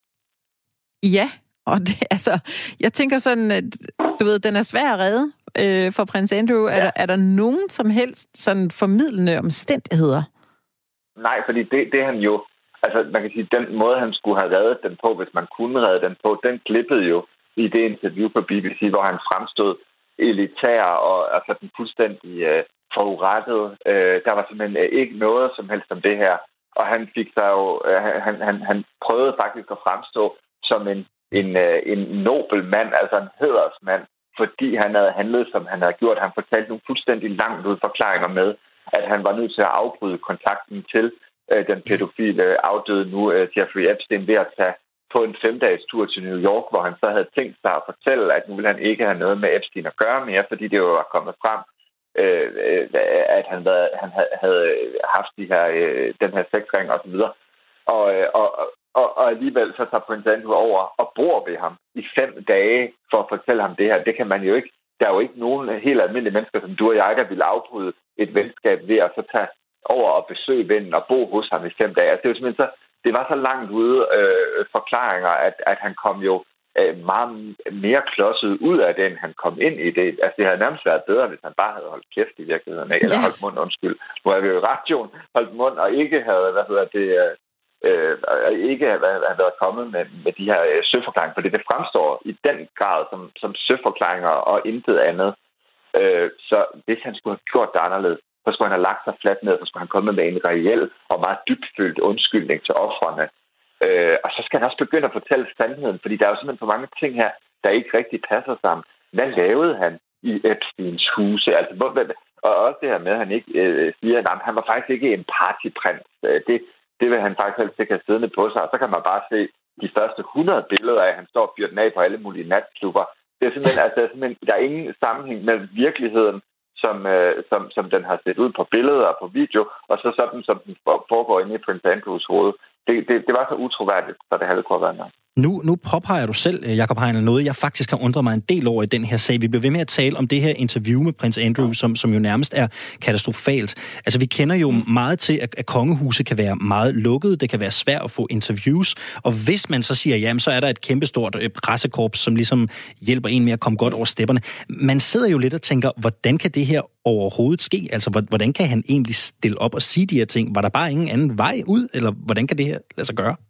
Ja, og det, altså, jeg tænker sådan, at du ved, den er svær at redde øh, for prins Andrew. Ja. Er, der, er der nogen som helst sådan formidlende omstændigheder? Nej, fordi det, det han jo, altså man kan sige, den måde, han skulle have reddet den på, hvis man kunne redde den på, den klippede jo i det interview på B B C, hvor han fremstod elitær og altså den fuldstændig øh, forurettet. Øh, der var simpelthen øh, ikke noget som helst om det her. Og han fik sig jo, øh, han, han, han prøvede faktisk at fremstå som en, en, øh, en nobel mand, altså en hædersmand, fordi han havde handlet, som han havde gjort. Han fortalte nogle fuldstændig langt ud forklaringer med, at han var nødt til at afbryde kontakten til øh, den pædofile afdøde nu, øh, Jeffrey Epstein, ved at tage på en femdages tur til New York, hvor han så havde tænkt sig at fortælle, at nu ville han ikke have noget med Epstein at gøre mere, fordi det jo var kommet frem, øh, øh, at han, været, han havde haft de her, øh, den her sexring og så videre. Og, og, og, og alligevel så tager Prince Andrew over og bor ved ham i fem dage for at fortælle ham det her. Det kan man jo ikke. Der er jo ikke nogen helt almindelige mennesker, som du og jeg, der ville afbryde et venskab ved at så tage over og besøge vennen og bo hos ham i fem dage. Altså, det, er jo simpelthen så, det var så langt ude øh, forklaringer, at, at han kom jo øh, meget mere klodset ud af det, end han kom ind i det. Altså, det havde nærmest været bedre, hvis han bare havde holdt kæft i virkeligheden, ikke? Eller holdt mund, undskyld. Nu er vi jo i radioen, holdt mund og ikke havde, hvad hedder det, øh, ikke havde været kommet med, med de her øh, søforklaringer, fordi det fremstår i den grad som, som søforklaringer og intet andet. Øh, så hvis han skulle have gjort det anderledes, så skulle han have lagt sig fladt ned, så skulle han komme med en reel og meget dybfølt undskyldning til ofrene. Øh, og så skal han også begynde at fortælle sandheden, fordi der er jo simpelthen for mange ting her, der ikke rigtig passer sammen. Hvad lavede han i Epsteins huse? Altså, hvor, og også det her med, at han ikke øh, siger, at han var faktisk ikke en partyprins. Det, det vil han faktisk helst ikke have siddende på sig. Og så kan man bare se de første hundrede billeder af, at han står og fyrer den af på alle mulige natklubber. Det er simpelthen, altså, simpelthen, der er ingen sammenhæng mellem virkeligheden, Som, øh, som, som den har set ud på billeder og på video, og så sådan, som den foregår inde i Prince Andrews hoved. Det, det, det var så utroværdigt, så det havde kunne være noget. Nu, nu påpeger du selv, Jakob Heinl, noget, jeg faktisk har undret mig en del over i den her sag. Vi bliver ved med at tale om det her interview med prins Andrew, som, som jo nærmest er katastrofalt. Altså, vi kender jo meget til, at, at kongehuse kan være meget lukket. Det kan være svært at få interviews. Og hvis man så siger, jamen, så er der et kæmpestort pressekorps, som ligesom hjælper en med at komme godt over stepperne. Man sidder jo lidt og tænker, hvordan kan det her overhovedet ske? Altså, hvordan kan han egentlig stille op og sige de her ting? Var der bare ingen anden vej ud? Eller hvordan kan det her lade sig gøre?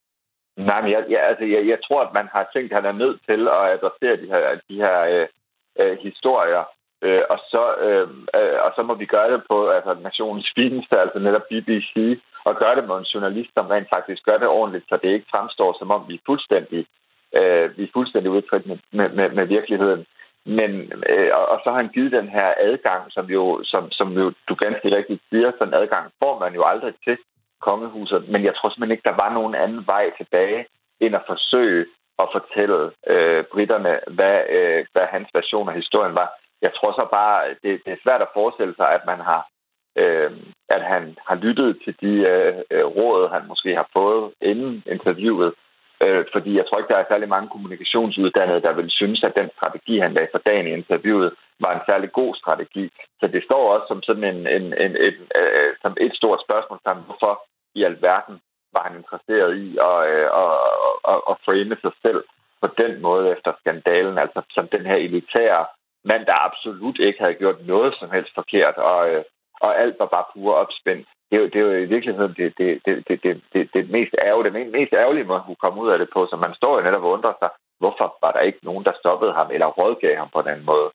Nej, men jeg, jeg, altså, jeg, jeg tror, at man har tænkt, at han er nødt til at adressere de her, de her øh, øh, historier, øh, og, så, øh, øh, og så må vi gøre det på altså, nationens fineste, altså netop B B C, og gøre det med en journalist, som rent faktisk gør det ordentligt, så det ikke fremstår, som om vi er fuldstændig, øh, vi er fuldstændig udtrykt med, med, med, med virkeligheden. Men, øh, og, og så har han givet den her adgang, som jo, som, som jo du ganske rigtigt siger, sådan adgang får man jo aldrig til kongehuset, men jeg tror simpelthen ikke, der var nogen anden vej tilbage, end at forsøge at fortælle øh, britterne, hvad, øh, hvad hans version af historien var. Jeg tror så bare, det, det er svært at forestille sig, at man har, øh, at han har lyttet til de øh, råd, han måske har fået inden interviewet, øh, fordi jeg tror ikke, der er særlig mange kommunikationsuddannede, der vil synes, at den strategi, han lagde for dagen i interviewet, var en særlig god strategi. Så det står også som sådan en, en, en, en, øh, som et stort spørgsmål, hvorfor i alverden var han interesseret i at, øh, at, at, at frame sig selv på den måde efter skandalen, altså som den her elitære mand, der absolut ikke havde gjort noget som helst forkert, og, øh, og alt var bare pure opspænd. Det er jo, det er jo i virkeligheden det, det, det, det, det, det, det mest ærgerlige, det mest ærgerlige måde, hun kom ud af det på, så man står jo netop og undrer sig, hvorfor var der ikke nogen, der stoppede ham eller rådgav ham på den måde.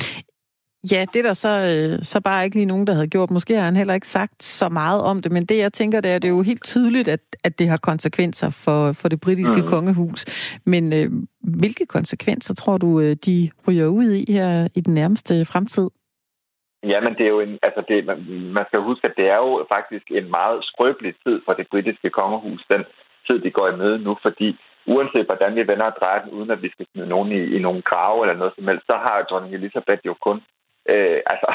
Ja, det er der så, øh, så bare ikke lige nogen, der havde gjort. Måske har han heller ikke sagt så meget om det, men det, jeg tænker, det er, det er jo helt tydeligt, at, at det har konsekvenser for, for det britiske mm. kongehus. Men øh, hvilke konsekvenser tror du, de ryger ud i her i den nærmeste fremtid? Ja, men det er jo en, altså det, man, man skal huske, at det er jo faktisk en meget skrøbelig tid for det britiske kongehus, den tid, de går i møde nu, fordi uanset hvordan vi vender og drejer den, uden at vi skal smide nogen i, i nogle grave eller noget som helst, så har dronning Elizabeth jo kun Øh, altså,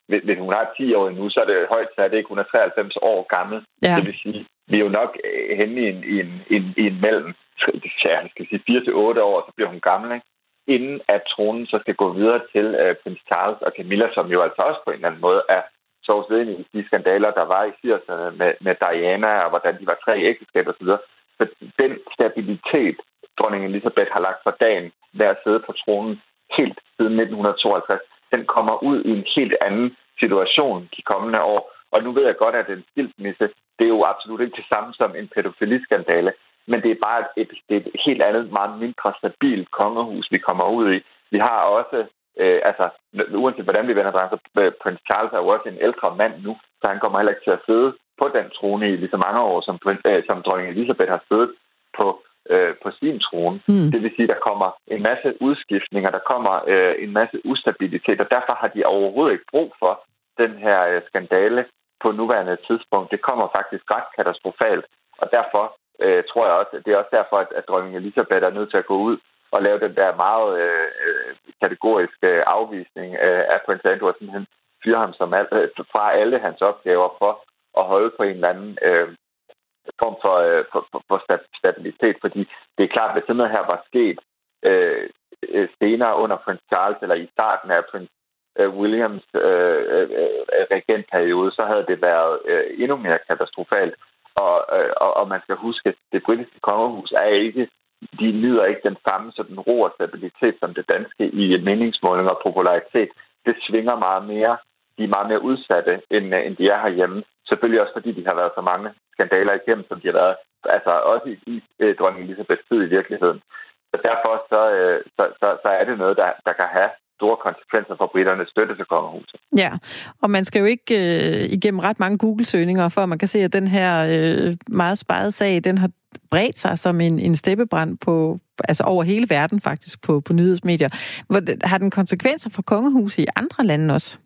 hvis hun har ti år nu, så er det højt sat, ikke? Hun er treoghalvfems år gammel. Ja. Det vil sige, vi er jo nok henne i en, i en, i en, i en mellem ja, skal sige, fire til otte år, så bliver hun gammel, ikke? Inden at tronen så skal gå videre til øh, prins Charles og Camilla, som jo altså også på en eller anden måde er sovset ind i de skandaler, der var i firserne med, med Diana, og hvordan de var tre ægteskab og så videre. Så den stabilitet, dronning Elizabeth har lagt for dagen ved at sidde på tronen helt siden nitten tooghalvtreds, den kommer ud i en helt anden situation de kommende år. Og nu ved jeg godt, at en skilsmisse, det er jo absolut ikke det samme som en pædofiliskandale, men det er bare et, et, et helt andet, meget mindre stabilt kongehus, vi kommer ud i. Vi har også, øh, altså, uanset hvordan vi vender drenge, så øh, prins Charles er jo også en ældre mand nu, så han kommer heller ikke til at sidde på den trone i lige så mange år, som, øh, som dronning Elizabeth har siddet på, øh, på sin trone. Mm. Det vil sige, der kommer en masse udskiftninger, der kommer øh, en masse ustabilitet, og derfor har de overhovedet ikke brug for den her øh, skandale på nuværende tidspunkt. Det kommer faktisk ret katastrofalt, og derfor øh, tror jeg også, det er også derfor, at, at dronning Elizabeth er nødt til at gå ud og lave den der meget øh, kategoriske afvisning øh, af prins Andrew, og simpelthen fyre ham som al, øh, fra alle hans opgaver for at holde på en eller anden øh, form for, øh, for, for, for stabilitet, fordi det er klart, at hvis sådan noget her var sket øh, senere under prins Charles, eller i starten af prins Williams øh, øh, regentperiode, så havde det været øh, endnu mere katastrofalt. Og, øh, og, og man skal huske, at det britiske kongehus er ikke, de nyder ikke den samme sådan ro og stabilitet som det danske i meningsmålinger og popularitet. Det svinger meget mere. De er meget mere udsatte, end, end de er herhjemme. Selvfølgelig også, fordi de har været så mange skandaler igennem, som de har været, altså også i, i øh, dronning Elizabeths tid i virkeligheden. Så derfor så, øh, så, så, så er det noget, der, der kan have store konsekvenser for britternes støtte til kongehuset. Ja, og man skal jo ikke øh, igennem ret mange Google-søgninger, for man kan se, at den her øh, meget spejede sag, den har bredt sig som en, en steppebrand på, altså over hele verden faktisk, på, på nyhedsmedier. Hvor, har den konsekvenser for kongehuset i andre lande også?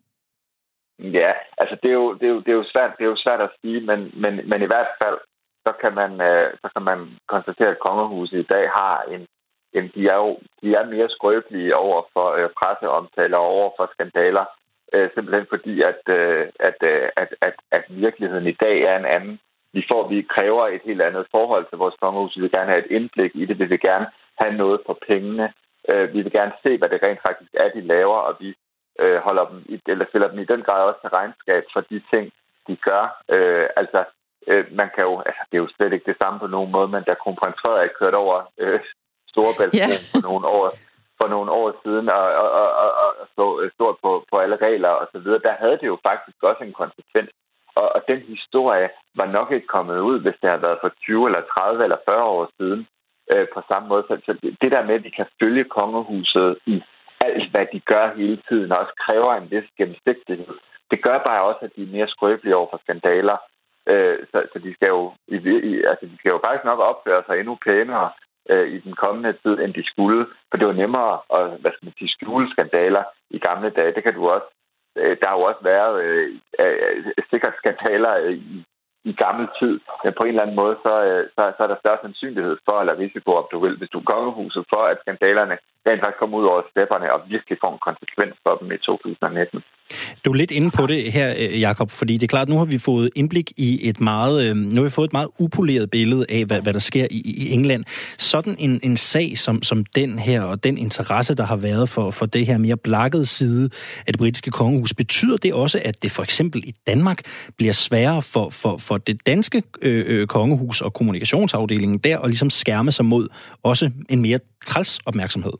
Ja, altså det er jo, det er jo, det er jo, svært, det er jo svært at sige, men, men, men i hvert fald, så kan man, øh, så kan man konstatere, at kongehuset i dag har en Jamen, de er jo de er mere skrøbelige over for øh, presseomtaler og over for skandaler, øh, simpelthen fordi, at, øh, at, øh, at, at, at virkeligheden i dag er en anden. Vi får, vi kræver et helt andet forhold til vores kongehus. Vi vil gerne have et indblik i det. Vi vil gerne have noget for pengene. Øh, vi vil gerne se, hvad det rent faktisk er, de laver, og vi øh, holder dem i, eller stiller dem i den grad også til regnskab for de ting, de gør. Øh, altså, øh, man kan jo, altså, det er jo slet ikke det samme på nogen måde, men da kronprins Frederik kørte over Øh, Storebæltsbroen yeah. for nogle år for nogle år siden og, og, og, og, og så stort på, på alle regler og så videre, der havde det jo faktisk også en konsekvens. Og, og den historie var nok ikke kommet ud, hvis det havde været for tyve eller tredive eller fyrre år siden øh, på samme måde. Så, så det der med, at vi kan følge kongehuset i alt, hvad de gør hele tiden, og også kræver en vis gennemsigtighed, det gør bare også, at de er mere skrøbelige over for skandaler. Øh, så, så de skal jo i, altså, de skal jo faktisk nok opføre sig endnu pænere i den kommende tid, end de skulle. For det var nemmere at hvad skal man sige, skjule skandaler i gamle dage. Det kan du også. Der har jo også været øh, øh, sikkert skandaler i, i gammel tid. Men på en eller anden måde, så, så, så er der større sandsynlighed for, eller risiko, om du vil, hvis du er kongehuset, for at skandalerne rent faktisk kommer ud over stepperne og virkelig får en konsekvens for dem i to tusind nitten. Du er lidt inde på det her, Jakob, fordi det er klart, nu har vi fået indblik i et meget, nu har vi fået et meget upoleret billede af, hvad, hvad der sker i, i England. Sådan en, en sag som, som den her, og den interesse, der har været for, for det her mere blakkede side af det britiske kongehus, betyder det også, at det for eksempel i Danmark bliver sværere for, for, for det danske øh, kongehus og kommunikationsafdelingen der, og ligesom skærme sig mod også en mere træls opmærksomhed?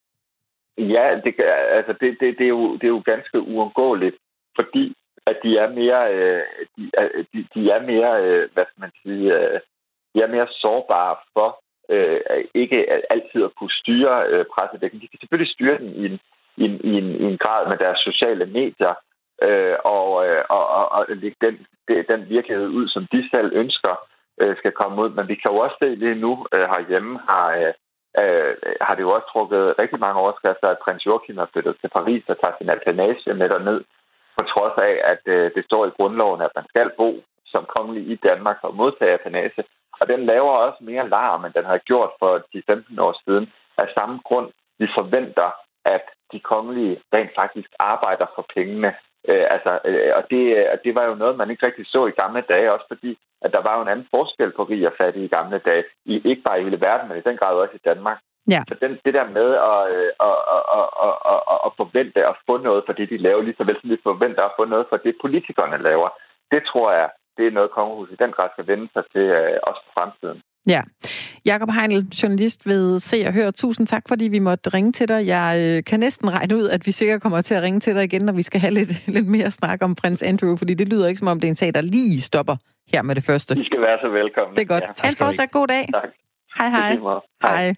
Ja, det, altså det, det, det, er jo, det er jo ganske uundgåeligt, fordi at de er mere, øh, de, de, de er mere, øh, hvad skal man sige, øh, de er mere sårbare for øh, ikke altid at kunne styre øh, pressedækningen. De kan selvfølgelig styre den i en, i en, i en, i en grad med deres sociale medier øh, og, og, og, og lægge den, den virkelighed ud, som de selv ønsker øh, skal komme ud. Men vi kan jo også se lige nu øh, herhjemme har øh, Uh, har det jo også trukket rigtig mange overskrifter, at prins Joachim er flyttet til Paris og tager sin apanage med derned, på trods af, at uh, det står i grundloven, at man skal bo som kongelig i Danmark og modtage apanage. Og den laver også mere larm, end den har gjort for de femten år siden. Af samme grund, vi forventer, at de kongelige rent faktisk arbejder for pengene. Øh, altså, øh, og det, det var jo noget, man ikke rigtig så i gamle dage, også fordi, at der var jo en anden forskel på rig og fattig i gamle dage. I, ikke bare i hele verden, men i den grad også i Danmark. Ja. Så den, det der med at, at, at, at, at, at forvente at få noget for det, de laver, lige så vel som de forventer at få noget for det, politikerne laver, det tror jeg, det er noget, kongehuset i den grad skal vende sig til øh, også for fremtiden. Ja. Jakob Heinl, journalist ved Se og Hør. Tusind tak, fordi vi måtte ringe til dig. Jeg øh, kan næsten regne ud, at vi sikkert kommer til at ringe til dig igen, når vi skal have lidt, lidt mere snak om prins Andrew, fordi det lyder ikke, som om det er en sag, der lige stopper her med det første. I skal være så velkommen. Det er godt. Ja, ha' en fortsat god dag. Tak. Hej, hej. Hej. Hej.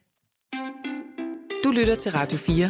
Du lytter til Radio fire.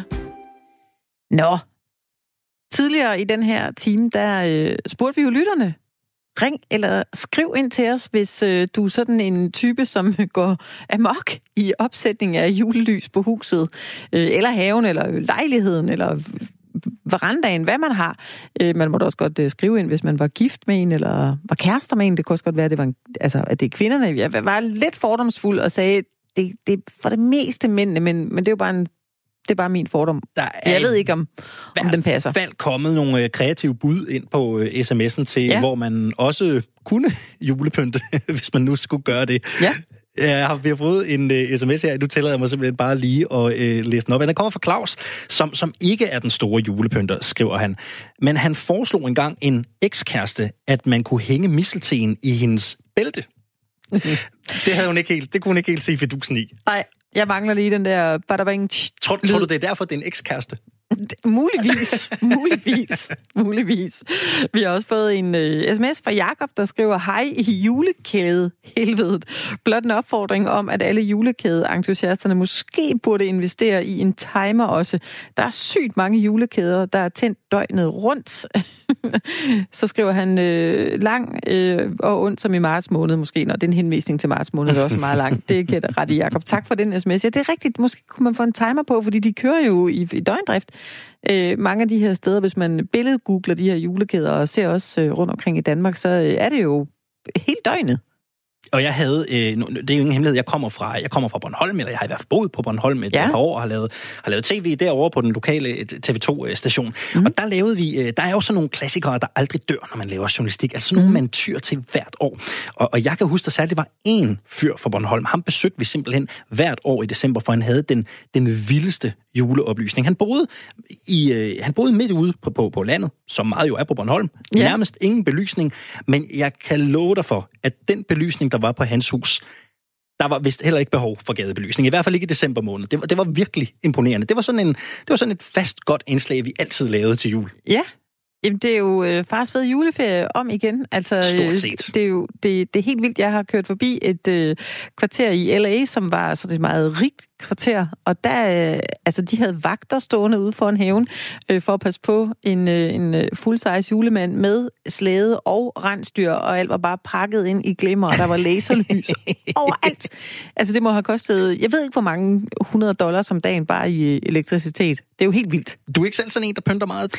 Nå. Tidligere i den her time, der øh, spurgte vi jo lytterne. Ring eller skriv ind til os, hvis øh, du er sådan en type, som går amok i opsætning af julelys på huset, øh, eller haven, eller lejligheden, eller verandaen, hvad man har. Øh, man må da også godt øh, skrive ind, hvis man var gift med en, eller var kærester med en. Det kunne også godt være, at det, var en, altså, at det er kvinderne. Jeg var lidt fordomsfuld og sagde, det, det er for det meste mændene, men, men det er jo bare en Det er bare min fordom. Jeg ved ikke, om, om den passer. Der er kommet nogle kreative bud ind på sms'en til, ja. Hvor man også kunne julepynte, hvis man nu skulle gøre det. Ja. Jeg har, vi har fået en uh, sms her, nu tillader jeg mig simpelthen bare lige at uh, læse den op. Den kommer fra Claus, som, som ikke er den store julepynter, skriver han. Men han foreslog engang en ekskæreste, at man kunne hænge mistelten i hendes bælte. Det havde hun ikke helt, det kunne hun ikke helt se fidusen i. Nej. Jeg mangler lige den der badabang. Tror, tror du, det er derfor, det er en ekskæreste? Muligvis. Muligvis. Muligvis. Vi har også fået en uh, sms fra Jakob, der skriver, hej i julekæde helvedet. Blot en opfordring om, at alle julekæde-entusiasterne måske burde investere i en timer også. Der er sygt mange julekæder, der er tændt døgnet rundt. Så skriver han øh, lang øh, og ondt som i marts måned måske. Når det er en henvisning til marts måned, det er også meget lang. Det giver det ret i, Jakob. Tak for den sms. Ja, det er rigtigt. Måske kunne man få en timer på, fordi de kører jo i, i døgndrift. Øh, mange af de her steder, hvis man billedgoogler de her julekæder og ser også øh, rundt omkring i Danmark, så øh, er det jo helt døgnet. Og jeg havde, øh, det er jo ingen hemmelighed, jeg kommer fra, jeg kommer fra Bornholm, eller jeg har i hvert fald boet på Bornholm et ja. par år, og har lavet, har lavet tv derovre på den lokale T V to-station. Mm. Og der lavede vi, der er jo sådan nogle klassikere, der aldrig dør, når man laver journalistik. Altså nogle, mm. man tyr til hvert år. Og, og jeg kan huske, at særligt det var én fyr fra Bornholm. Ham besøgte vi simpelthen hvert år i december, for han havde den, den vildeste juleoplysning. Han boede, i, øh, han boede midt ude på, på, på landet, som meget jo er på Bornholm. Ja. Nærmest ingen belysning, men jeg kan love dig for, at den belysning, der var på hans hus, der var vist heller ikke behov for gadebelysning. I hvert fald ikke i december måned. Det var, det var virkelig imponerende. Det var sådan en, det var sådan et fast godt indslag, vi altid lavede til jul. Ja. Jamen, det er jo øh, fars fede juleferie om igen. Altså, Stort set. Det er jo det, det er helt vildt. Jeg har kørt forbi et øh, kvarter i L A, som var sådan et meget rigt kvarter, og der, øh, altså, de havde vagter stående ude foran haven øh, for at passe på en, øh, en full-size julemand med slæde og rensdyr, og alt var bare pakket ind i glimmer, og der var laserlys overalt. Altså, det må have kostet, jeg ved ikke, hvor mange hundrede dollars om dagen bare i elektricitet. Det er jo helt vildt. Du er ikke selv sådan en, der pynter meget?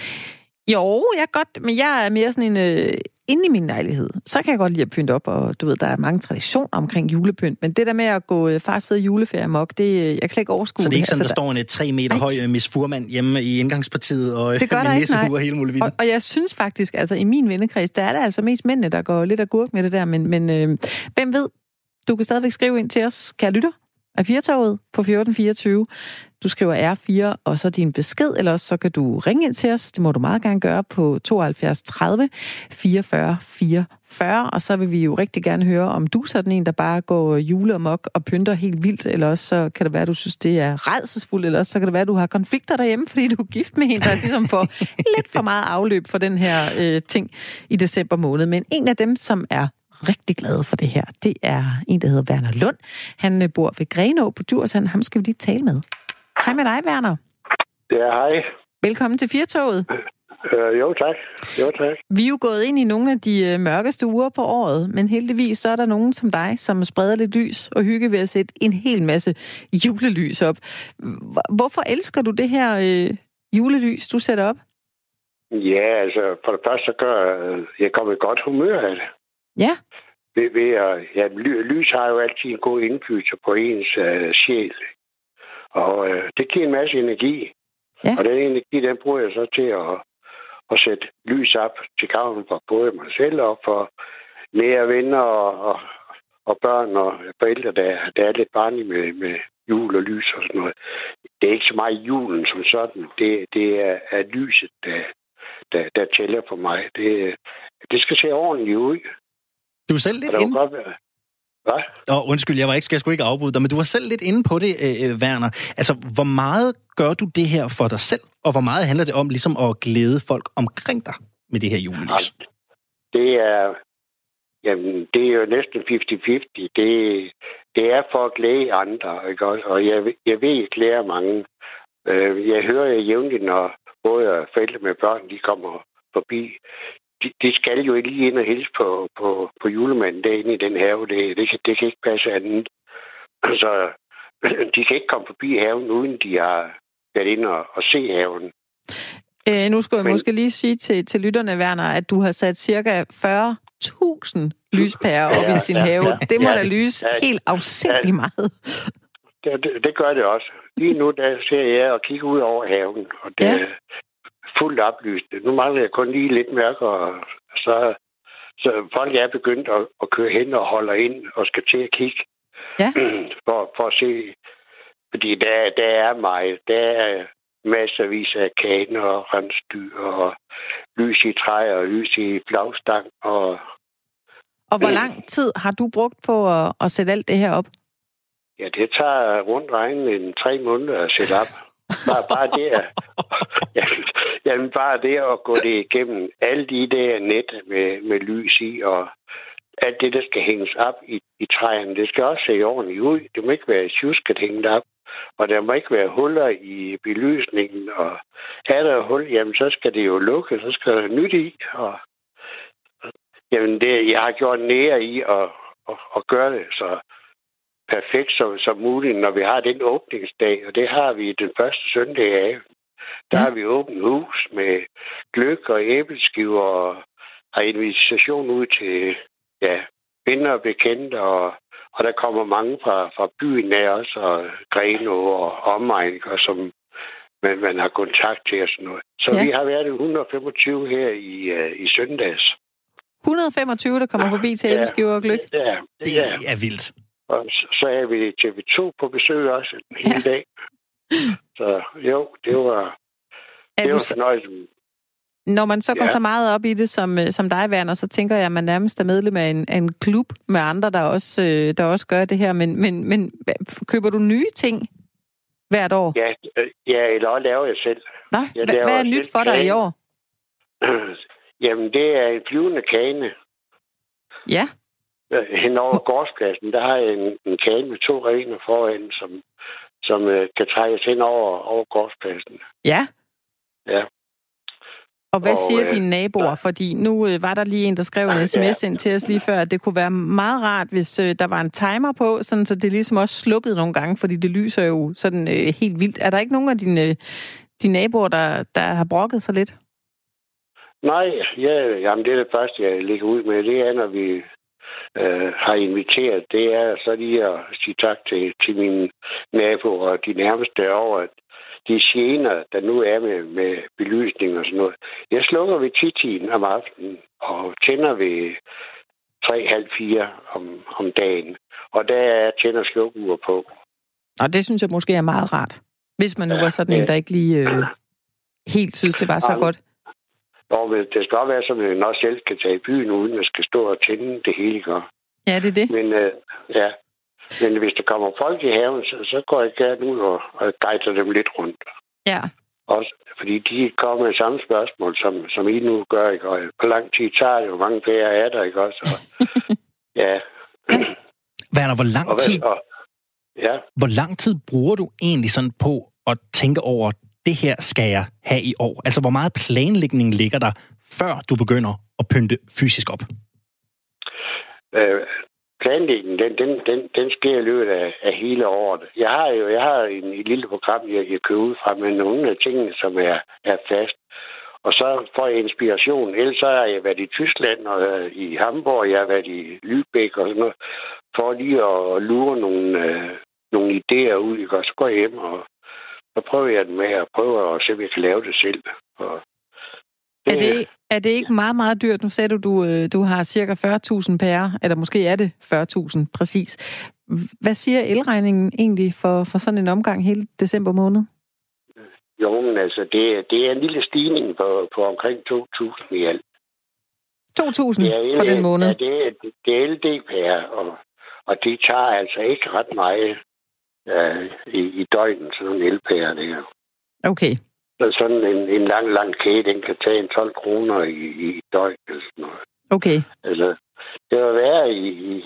Jo, jeg er godt, men jeg er mere sådan en, øh, inde i min lejlighed, så kan jeg godt lide at pynte op, og du ved, der er mange traditioner omkring julepynt, men det der med at gå øh, fars ved juleferie amok, det, jeg kan slet ikke overskue. Så det er ikke sådan, altså, der, der står en tre meter høj øh, Miss Furman hjemme i indgangspartiet, og det gør med nissehue og hele muligheden. Og, og jeg synes faktisk, altså i min vennekreds, der er det altså mest mændene, der går lidt agurk med det der, men, men øh, hvem ved, du kan stadigvæk skrive ind til os, kære lytter, af fire-toget på fjorten fireogtyve. Du skriver R fire, og så din besked, eller også så kan du ringe ind til os. Det må du meget gerne gøre på tooghalvfjerds tredive fireogfyrre fireogfyrre, og så vil vi jo rigtig gerne høre, om du er sådan en, der bare går juleamok og pynter helt vildt, eller også så kan det være, at du synes, det er rædselsfuldt, eller også så kan det være, at du har konflikter derhjemme, fordi du er gift med en, der ligesom får lidt for meget afløb for den her øh, ting i december måned. Men en af dem, som er rigtig glad for det her, det er en, der hedder Werner Lund. Han øh, bor ved Grenå på Djursland. Ham skal vi lige tale med. Hej med dig, Werner. Ja, hej. Velkommen til Firtoget. Øh, jo, tak. Jo, tak. Vi er jo gået ind i nogle af de øh, mørkeste uger på året, men heldigvis så er der nogen som dig, som spreder lidt lys og hygge ved at sætte en hel masse julelys op. Hvorfor elsker du det her øh, julelys, du sætter op? Ja, altså, for det første så gør jeg kommer i godt humør af det. Ja. Ved, ved at, ja, lys har jo altid en god indflydelse på ens øh, sjæl. Og øh, det giver en masse energi. Ja. Og den energi, den bruger jeg så til at, at sætte lys op til gavn for både mig selv og for nære venner og, og, og børn og forældre, der, der er lidt barnlige med, med jul og lys og sådan noget. Det er ikke så meget julen som sådan. Det, det er, er lyset, der, der, der tæller for mig. Det, det skal se ordentligt ud. Du er selv lidt inde... Godt være... Hvad? Oh, undskyld, jeg var ikke, skal jeg sgu ikke afbryde dig, men du var selv lidt inde på det, øh, Werner. Altså, hvor meget gør du det her for dig selv, og hvor meget handler det om ligesom at glæde folk omkring dig med det her julelys? Det er, jamen, det er jo næsten halvtreds halvtreds. Det, det er for at glæde andre, ikke? Og jeg, jeg ved, jeg glæder mange. Jeg hører jævnligt, når både forældre med børn, de kommer forbi. De, de skal jo lige ind og hilse på, på, på julemanden derinde i den have. Det, det, kan, det kan ikke passe andet. Så de kan ikke komme forbi haven, uden de har været inde og, og se haven. Øh, nu skulle jeg Men, måske lige sige til, til lytterne, Werner, at du har sat cirka fyrre tusind lyspærer op ja, i sin ja, have. Ja, det må ja, da lyse ja, helt afsindigt ja, meget. Det, det, det gør det også. Lige nu der ser jeg og kigger ud over haven, og det ja. er fuldt oplyst. Nu mangler jeg kun lige lidt mørkere, så, så folk er begyndt at, at køre hen og holder ind og skal til at kigge ja. for, for at se. Fordi der, der er meget. Der er masservis af kaner og rensdyr og lys i træer og lys i flagstang. Og, og hvor lang tid har du brugt på at, at sætte alt det her op? Ja, det tager rundt regnen en tre måneder at sætte op. Bare, bare det at, jamen, bare det at gå det igennem alle de der net med, med lys i, og alt det, der skal hænges op i, i træerne, det skal også se ordentligt ud. Det må ikke være tjusket hængt op, og der må ikke være huller i belysningen, og er der hul, jamen så skal det jo lukke, så skal der nyt i, og jamen det, jeg har gjort nære i at, at, at gøre det så perfekt som, som muligt, når vi har den åbningsdag, og det har vi den første søndag af. Der ja. har vi åbent hus med gløgg og æbleskiver, og har invitation ud til ja, venner og bekendte, og, og der kommer mange fra, fra byen af os, og Grenå og omegn, og som man, man har kontakt til og sådan noget. Så ja. vi har været et hundrede og femogtyve her i, uh, i søndags. et hundrede og femogtyve, der kommer forbi til æbleskiver og gløgg? Ja, det, det er, er vildt. Og så, så er vi T V to på besøg også en hel ja. dag. Så jo, det var, det var fornøjelse. Når man så går ja. så meget op i det som, som dig, Werner, så tænker jeg, at man nærmest er medlem af en, af en klub med andre, der også, der også gør det her. Men, men, men køber du nye ting hvert år? Ja, ja eller også laver jeg selv. Nå, jeg hvad, hvad er nyt for dig kane. i år? Jamen, det er en flyvende kane. Ja. Hen over gårdspladsen, der har jeg en, en kane med to rener foran, som, som uh, kan trækkes hen over, over gårdspladsen. Ja? Ja. Og hvad og, siger øh, dine naboer? Ja. Fordi nu øh, var der lige en, der skrev en sms ind til os lige før, at det kunne være meget rart, hvis øh, der var en timer på, sådan, så det ligesom også slukkede nogle gange, fordi det lyser jo sådan øh, helt vildt. Er der ikke nogen af dine, dine naboer, der, der har brokket sig lidt? Nej, ja, jamen det er det første, jeg lægger ud med. Det er, når vi øh, har inviteret. Det er så lige at sige tak til, til mine naboer og de nærmeste over, at de gener, der nu er med, med belysning og sådan noget. Jeg slukker ved ti-tiden om aftenen og tænder ved tre halv fire om, om dagen. Og der er tænder slukkure på. Og det synes jeg måske er meget rart. Hvis man nu ja, var sådan ja. en, der ikke lige øh, helt synes, det var så ja. godt. Og det skal også være sådan, at man også selv kan tage i byen, uden at skal stå og tænde det hele gør. Ja, det er det. Men øh, ja, men hvis der kommer folk i haven, så, så går jeg gerne ud og, og guider dem lidt rundt. Ja. Også fordi de kommer med samme spørgsmål, som, som I nu gør, ikke? Og hvor lang tid tager det, hvor mange pærer er der, ikke også? Og, ja. Werner, hvor lang og, tid... Og, ja. Hvor lang tid bruger du egentlig sådan på at tænke over, det her skal jeg have i år? Altså, hvor meget planlægning ligger der, før du begynder at pynte fysisk op? Øh, planlægningen, den, den, den, den sker i løbet af, af hele året. Jeg har jo jeg har en, et lille program, jeg, jeg kører ud fra, med nogle af tingene, som er, er fast. Og så får jeg inspiration. Ellers så har jeg været i Tyskland og øh, i Hamburg, jeg har været i Lübeck og sådan noget, for lige at lure nogle, øh, nogle idéer ud, ikke? Og så går jeg hjem og så prøver jeg den med at prøve at se, om jeg kan lave det selv. Og Er det, er det ikke meget, meget dyrt? Nu sagde du, du, du har cirka fyrre tusind pærer, eller måske er det fyrre tusind præcis. Hvad siger elregningen egentlig for, for sådan en omgang hele december måned? Jo, men altså, det, det er en lille stigning på, på omkring to tusind i alt. to tusind for den måned? Ja, det er, det er L D-pærer, og, og de tager altså ikke ret meget uh, i, i døgnet, sådan en elpære der. Okay. Så sådan en, en lang, lang kæde, den kan tage en tolv kroner i, i døgnet eller sådan noget. Okay. Altså, det var værre i, i,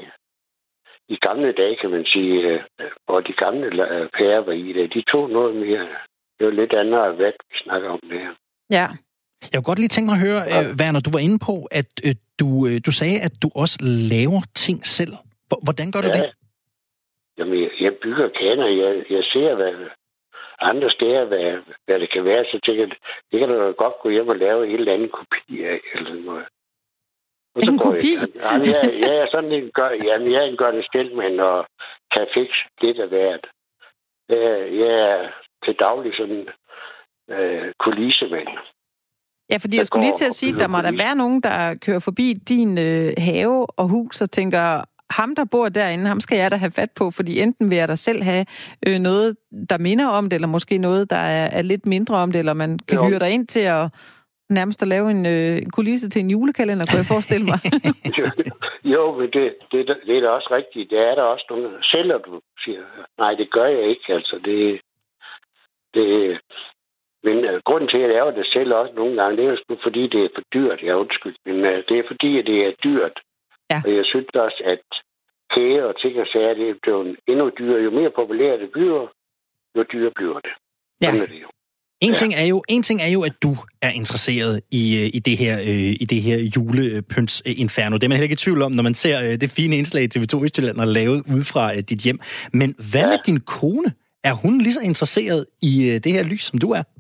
i gamle dage, kan man sige, hvor de gamle pærer var i det. De tog noget mere. Det var lidt andet, hvad vi snakker om det her. Ja. Jeg kunne godt lige tænke mig at høre, ja. uh, Werner, du var inde på, at uh, du, uh, du sagde, at du også laver ting selv. Hvordan gør du ja. det? Jamen, jeg, jeg bygger kaner. Jeg, jeg ser, hvad andre steder, hvad, hvad det kan være. Så tænker jeg, det kan du godt gå hjem og lave en eller anden kopi af, eller noget. Og så en kopi? Jeg, jamen, jeg, jeg er sådan en gør, jamen, jeg er en gør det selv, men og kan fikse lidt af hvert. Jeg, jeg er til daglig sådan øh, kulissemand. Ja, fordi jeg skulle lige til at sige, at der må der være nogen, der kører forbi din øh, have og hus og tænker, ham, der bor derinde, ham skal jeg da have fat på, fordi enten vil jeg da selv have øh, noget, der minder om det, eller måske noget, der er, er lidt mindre om det, eller man kan jo. hyre dig ind til at nærmest at lave en, øh, en kulisse til en julekalender, kunne jeg forestille mig. Jo, men det, det, det er da også rigtigt. Det er der også nogle. Sælger du, siger nej, det gør jeg ikke. Altså, det, det, men uh, grunden til, at jeg laver det selv også nogle gange, det er jo fordi, det er for dyrt. Jeg undskyld, men uh, det er fordi, at det er dyrt. Ja. Og jeg synes også, at kære og ting og sager, det er blevet endnu dyrere. Jo mere populært det bliver, jo dyrere bliver det. Ja. Sådan er det jo. En, ja. ting er jo, en ting er jo, at du er interesseret i, i det her, i det her julepyns-inferno. Det er man heller ikke i tvivl om, når man ser det fine indslag, T V to Østjylland har lavet ud fra dit hjem. Men hvad ja. med din kone? Er hun lige så interesseret i det her lys, som du er?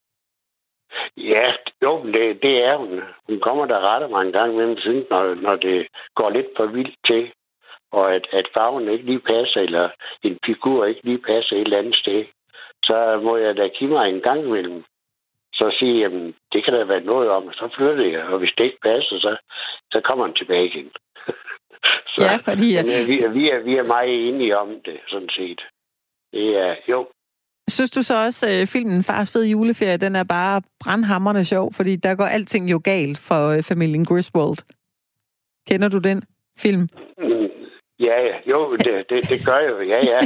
Ja, jo, det, det er hun. Hun kommer der retter mig en gang imellem, synes, når, når det går lidt for vildt til, og at, at farven ikke lige passer, eller en figur ikke lige passer et eller andet sted. Så må jeg da give mig en gang imellem. Så sige, jamen, det kan der være noget om, så flytter jeg. Og hvis det ikke passer, så, så kommer han tilbage igen. Så, ja, fordi... At... Men, vi, er, vi, er, vi er meget enige om det, sådan set. Det er, jo. Synes du så også, at filmen Fars fede juleferie, den er bare brandhamrende sjov, fordi der går alting jo galt for familien Griswold. Kender du den film? Ja, ja. Jo, det, det, det gør jo. Ja, ja.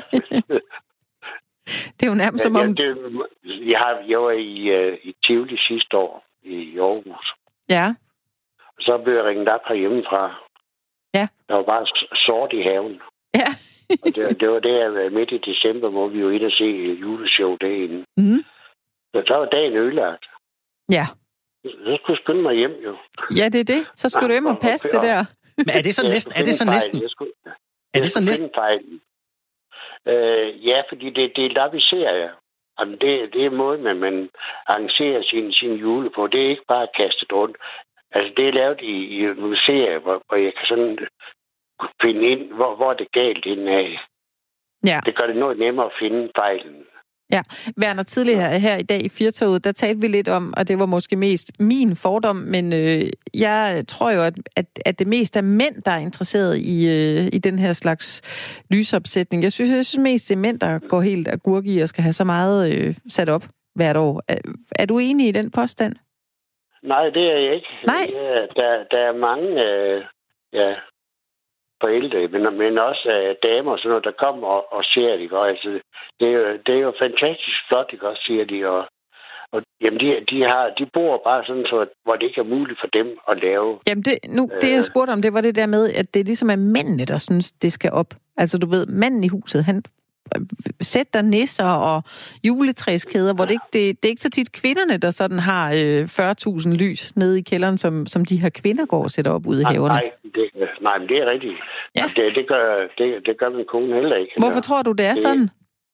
Det er jo nærmest som om... Ja, det, jeg, har, jeg var i, uh, i Tivoli sidste år i Aarhus. Ja. Så blev jeg ringet op herhjemmefra. Ja. Der var bare sort i haven. Ja. Og det, det var der midt i december, hvor vi jo ind og se juleshow dagen. Mm. Så så var dagen ødelagt. Ja. Så skulle jeg skynde mig hjem, jo. Ja, det er det. Så skulle du hjem og passe det der. Men er det så næsten? Er det så næsten? Er det så næsten? Øh, ja, fordi det, det er der, vi ser, ja. Jamen, det, det er måden, man, man arrangerer sin, sin jule på. Det er ikke bare kastet rundt. Altså, det er lavet i, i nogle serier, hvor, hvor jeg kan sådan finde ind, hvor, hvor det er galt indad. Ja. Det gør det noget nemmere at finde fejlen. Ja, Werner, tidligere her i dag i Firtoget, der talte vi lidt om, og det var måske mest min fordom, men øh, jeg tror jo, at, at, at det mest er mænd, der er interesseret i, øh, i den her slags lysopsætning. Jeg synes, jeg synes mest, det er mænd, der går helt agurk i og skal have så meget øh, sat op hvert år. Er, er du enig i den påstand? Nej, det er jeg ikke. Nej? Ja, der, der er mange... Øh, ja forældre, men, men også uh, damer og sådan noget, der kommer og, og ser det. Og, altså, det, er jo, det er jo fantastisk flot, ikke også, siger de. Og, og jamen, de, de, har, de bor bare sådan, så, hvor det ikke er muligt for dem at lave. Jamen, det, nu, det jeg spurgte om, det var det der med, at det ligesom er mændene, der synes, det skal op. Altså, du ved, manden i huset, han sætter nisser og juletræskæder, hvor det ikke, det, det er ikke så tit kvinderne, der sådan har øh, fyrre tusind lys nede i kælderen, som, som de her kvinder går og sætter op ude i haverne. Nej, det, nej, men det er rigtigt. Ja. Det, det, gør, det, det gør min kone heller ikke. Hvorfor tror du, det er det, sådan?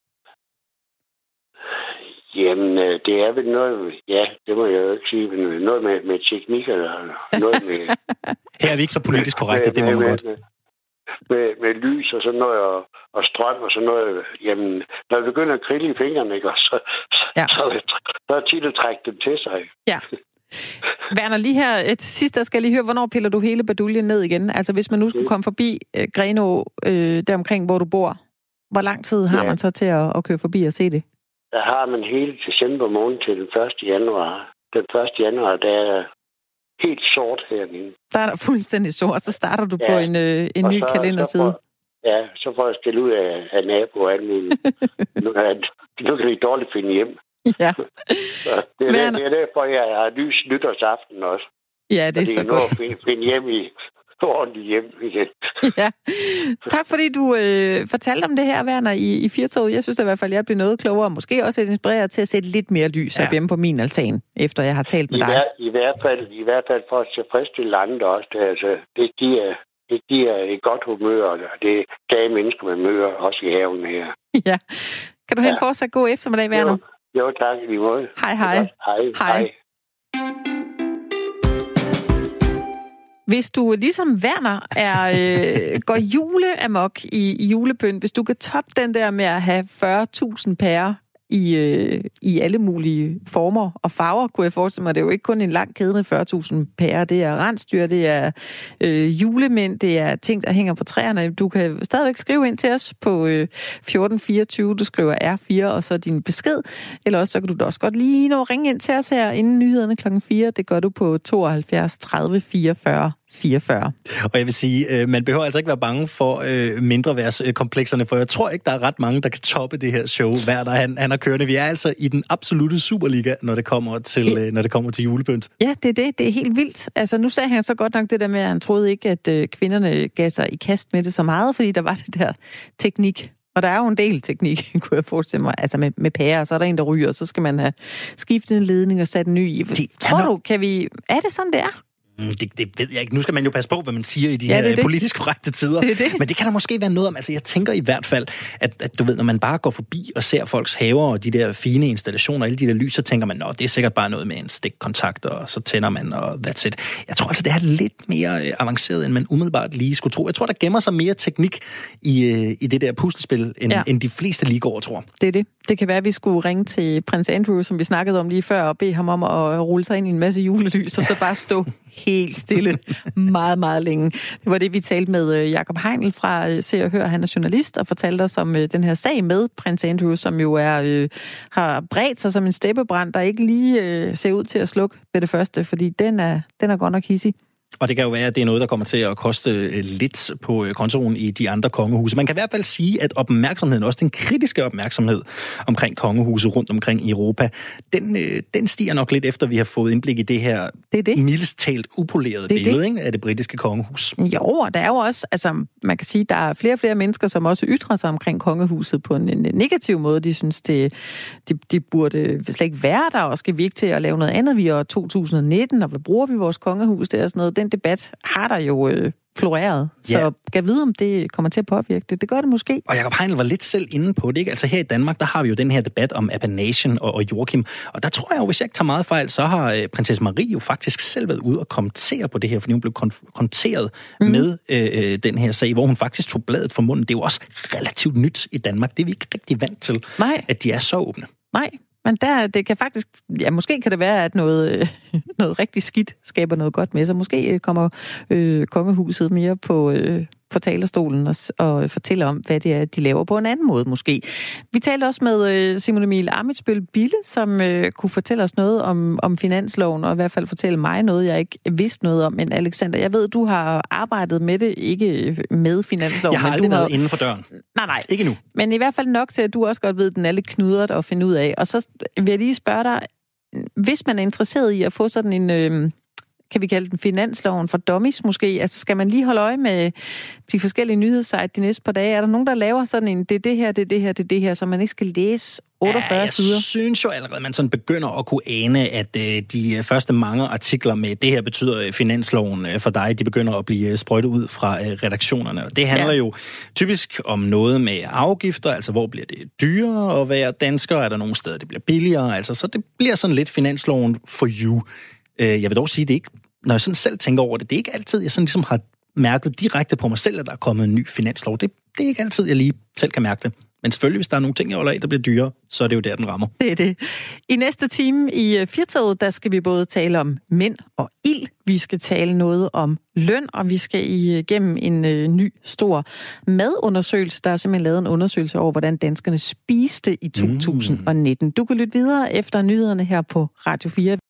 Jamen, det er vel noget... Ja, det må jeg jo ikke sige, men noget med, med teknik eller noget med... Her er vi ikke så politisk korrekte, det må man med, godt. Med, med, med lys og sådan noget, og, og strøm og sådan noget. Jamen, når vi begynder at krille i fingrene, ikke, så, ja. så, så, så er det tit at trække dem til sig. Ja. Werner, lige her til sidst, der skal jeg lige høre, hvornår piller du hele baduljen ned igen? Altså hvis man nu skulle komme forbi øh, Grenaa, øh, deromkring, hvor du bor, hvor lang tid har ja. man så til at, at køre forbi og se det? Der har man hele december måned til den første januar. Den første januar, der er helt sort herinde. Der er der fuldstændig sort, så starter du ja. på en, øh, en ny så, kalenderside. Så får, ja, så får jeg stille ud af, af naboer og alt muligt. nu, er, nu kan de dårligt finde hjem. Ja. Så det, er der, det er derfor, jeg har lys nytårsaften også. Ja, det er så godt. Så finde, finde hjem i ordentligt hjem igen. Ja. Tak fordi du øh, fortalte om det her, Werner, i, i Firtoget. Jeg synes i hvert fald, jeg blev noget klogere, og måske også inspireret til at sætte lidt mere lys ja. op hjemme på min altan, efter jeg har talt med I dig. Hver, i, hvert fald, I hvert fald for at tilfredsstille andre også. Det, altså, det, giver, det giver et godt humør, og det er gave mennesker, man møder også i haven her. Ja. Kan du have ja. en fortsat god eftermiddag, Werner? Jo, jo tak i lige måde. Hej, hej. Hej, hej. hej. Hvis du ligesom Werner er, øh, går juleamok i, i julepynt, hvis du kan toppe den der med at have fyrre tusind pærer i, øh, i alle mulige former og farver, kunne jeg forestille mig. Det er jo ikke kun en lang kæde med fyrre tusind pærer. Det er rensdyr, det er øh, julemænd, det er ting, der hænger på træerne. Du kan stadigvæk skrive ind til os på øh, fjorten fireogtyve. Du skriver R fire og så din besked. Eller også så kan du da også godt lige nå at ringe ind til os her inden nyhederne klokken fire. Det gør du på tooghalvfjerds tredive fireogfyrre fireogfyrre. Og jeg vil sige, man behøver altså ikke være bange for øh, mindreværskomplekserne, for jeg tror ikke, der er ret mange, der kan toppe det her show, hver der han, han har kørende. Vi er altså i den absolute Superliga, når det kommer til, øh, når det kommer til julepynt. Ja, det er det. Det er helt vildt. Altså, nu sagde han så godt nok det der med, at han troede ikke, at øh, kvinderne gav sig i kast med det så meget, fordi der var det der teknik. Og der er jo en del teknik, kunne jeg forestille mig, altså med, med pærer, så er der en, der ryger, og så skal man have skiftet en ledning og sat en ny i. Tror du, kan vi... Er det sådan, det er? Det, det ved jeg ikke. Nu skal man jo passe på, hvad man siger i de ja, her det. politisk korrekte tider. Det det. Men det kan der måske være noget om. Altså, jeg tænker i hvert fald, at, at du ved, når man bare går forbi og ser folks haver og de der fine installationer og alle de der lys, så tænker man, nå, det er sikkert bare noget med en stikkontakt, og så tænder man, og that's it. Jeg tror altså, det er lidt mere avanceret, end man umiddelbart lige skulle tro. Jeg tror, der gemmer sig mere teknik i, i det der puslespil, end, ja. end de fleste lige går og tror. Det er det. Det kan være, at vi skulle ringe til prins Andrew, som vi snakkede om lige før, og bede ham om at rulle sig ind i en masse julelys, og så bare stå helt stille meget, meget længe. Det var det, vi talte med Jakob Heinl fra Se og Hør. Han er journalist og fortalte os om den her sag med prins Andrew, som jo er, øh, har bredt sig som en steppebrand, der ikke lige øh, ser ud til at slukke ved det første, fordi den er, den er godt nok hissig. Og det kan jo være, at det er noget, der kommer til at koste lidt på kontoen i de andre kongehuse. Man kan i hvert fald sige, at opmærksomheden, også den kritiske opmærksomhed omkring kongehuse rundt omkring i Europa, den, den stiger nok lidt efter, vi har fået indblik i det her det det. mildest talt upolerede det billede det. Ikke, af det britiske kongehus. Jo, og der er jo også, altså man kan sige, der er flere og flere mennesker, som også ytrer sig omkring kongehuset på en negativ måde. De synes, det, de, de burde slet ikke være der, og skal vi ikke til at lave noget andet. Vi er to tusind nitten, og hvad bruger vi vores kongehus der og sådan noget. Den debat har der jo øh, floreret, så ja. Kan vide, om det kommer til at påvirke det. Det gør det måske. Og Jakob Heinl var lidt selv inde på det, ikke? Altså her i Danmark, der har vi jo den her debat om Apanagen og, og Joachim, og der tror jeg jo, hvis jeg ikke tager meget fejl, så har øh, prinsesse Marie jo faktisk selv været ude og kommentere på det her, fordi hun blev konfronteret mm. med øh, den her sag, hvor hun faktisk tog bladet fra munden. Det er jo også relativt nyt i Danmark. Det er vi ikke rigtig vant til, Nej. at de er så åbne. Nej. Men der, det kan faktisk, ja, måske kan det være, at noget, noget rigtig skidt skaber noget godt med sig. Måske kommer øh, kongehuset mere på, øh, på talerstolen og, og fortæller om, hvad det er, de laver på en anden måde måske. Vi talte også med øh, Simon Emil Ammitzbøll Bille, som øh, kunne fortælle os noget om, om finansloven, og i hvert fald fortælle mig noget, jeg ikke vidste noget om. Men Alexander, jeg ved, du har arbejdet med det, ikke med finansloven. Jeg har men aldrig du været har... inden for døren. Nej, nej. Ikke nu. Men i hvert fald nok til, at du også godt ved, at den er lidt knudret at finde ud af. Og så vil jeg lige spørge dig, hvis man er interesseret i at få sådan en... Øh, kan vi kalde den finansloven for dummies måske? Altså skal man lige holde øje med de forskellige nyhedssite de næste par dage? Er der nogen, der laver sådan en, det er det her, det er det her, det er det her, så man ikke skal læse otteogfyrre ja, jeg sider? Jeg synes jo allerede, at man sådan begynder at kunne ane, at øh, de første mange artikler med det her betyder finansloven øh, for dig, de begynder at blive sprøjtet ud fra øh, redaktionerne. Og det handler ja. jo typisk om noget med afgifter, altså hvor bliver det dyrere at være dansker? Er der nogle steder, det bliver billigere? Altså, så det bliver sådan lidt finansloven for you. Jeg vil dog sige, det ikke, når jeg sådan selv tænker over det, det er ikke altid, jeg sådan ligesom har mærket direkte på mig selv, at der er kommet en ny finanslov. Det, det er ikke altid, jeg lige selv kan mærke det. Men selvfølgelig, hvis der er nogle ting, jeg holder af, der bliver dyrere, så er det jo der, den rammer. Det er det. I næste time i Firtoget, der skal vi både tale om mænd og ild. Vi skal tale noget om løn, og vi skal igennem en øh, ny, stor madundersøgelse. Der er simpelthen lavet en undersøgelse over, hvordan danskerne spiste i to tusind nitten. Mm. Du kan lytte videre efter nyhederne her på Radio fire.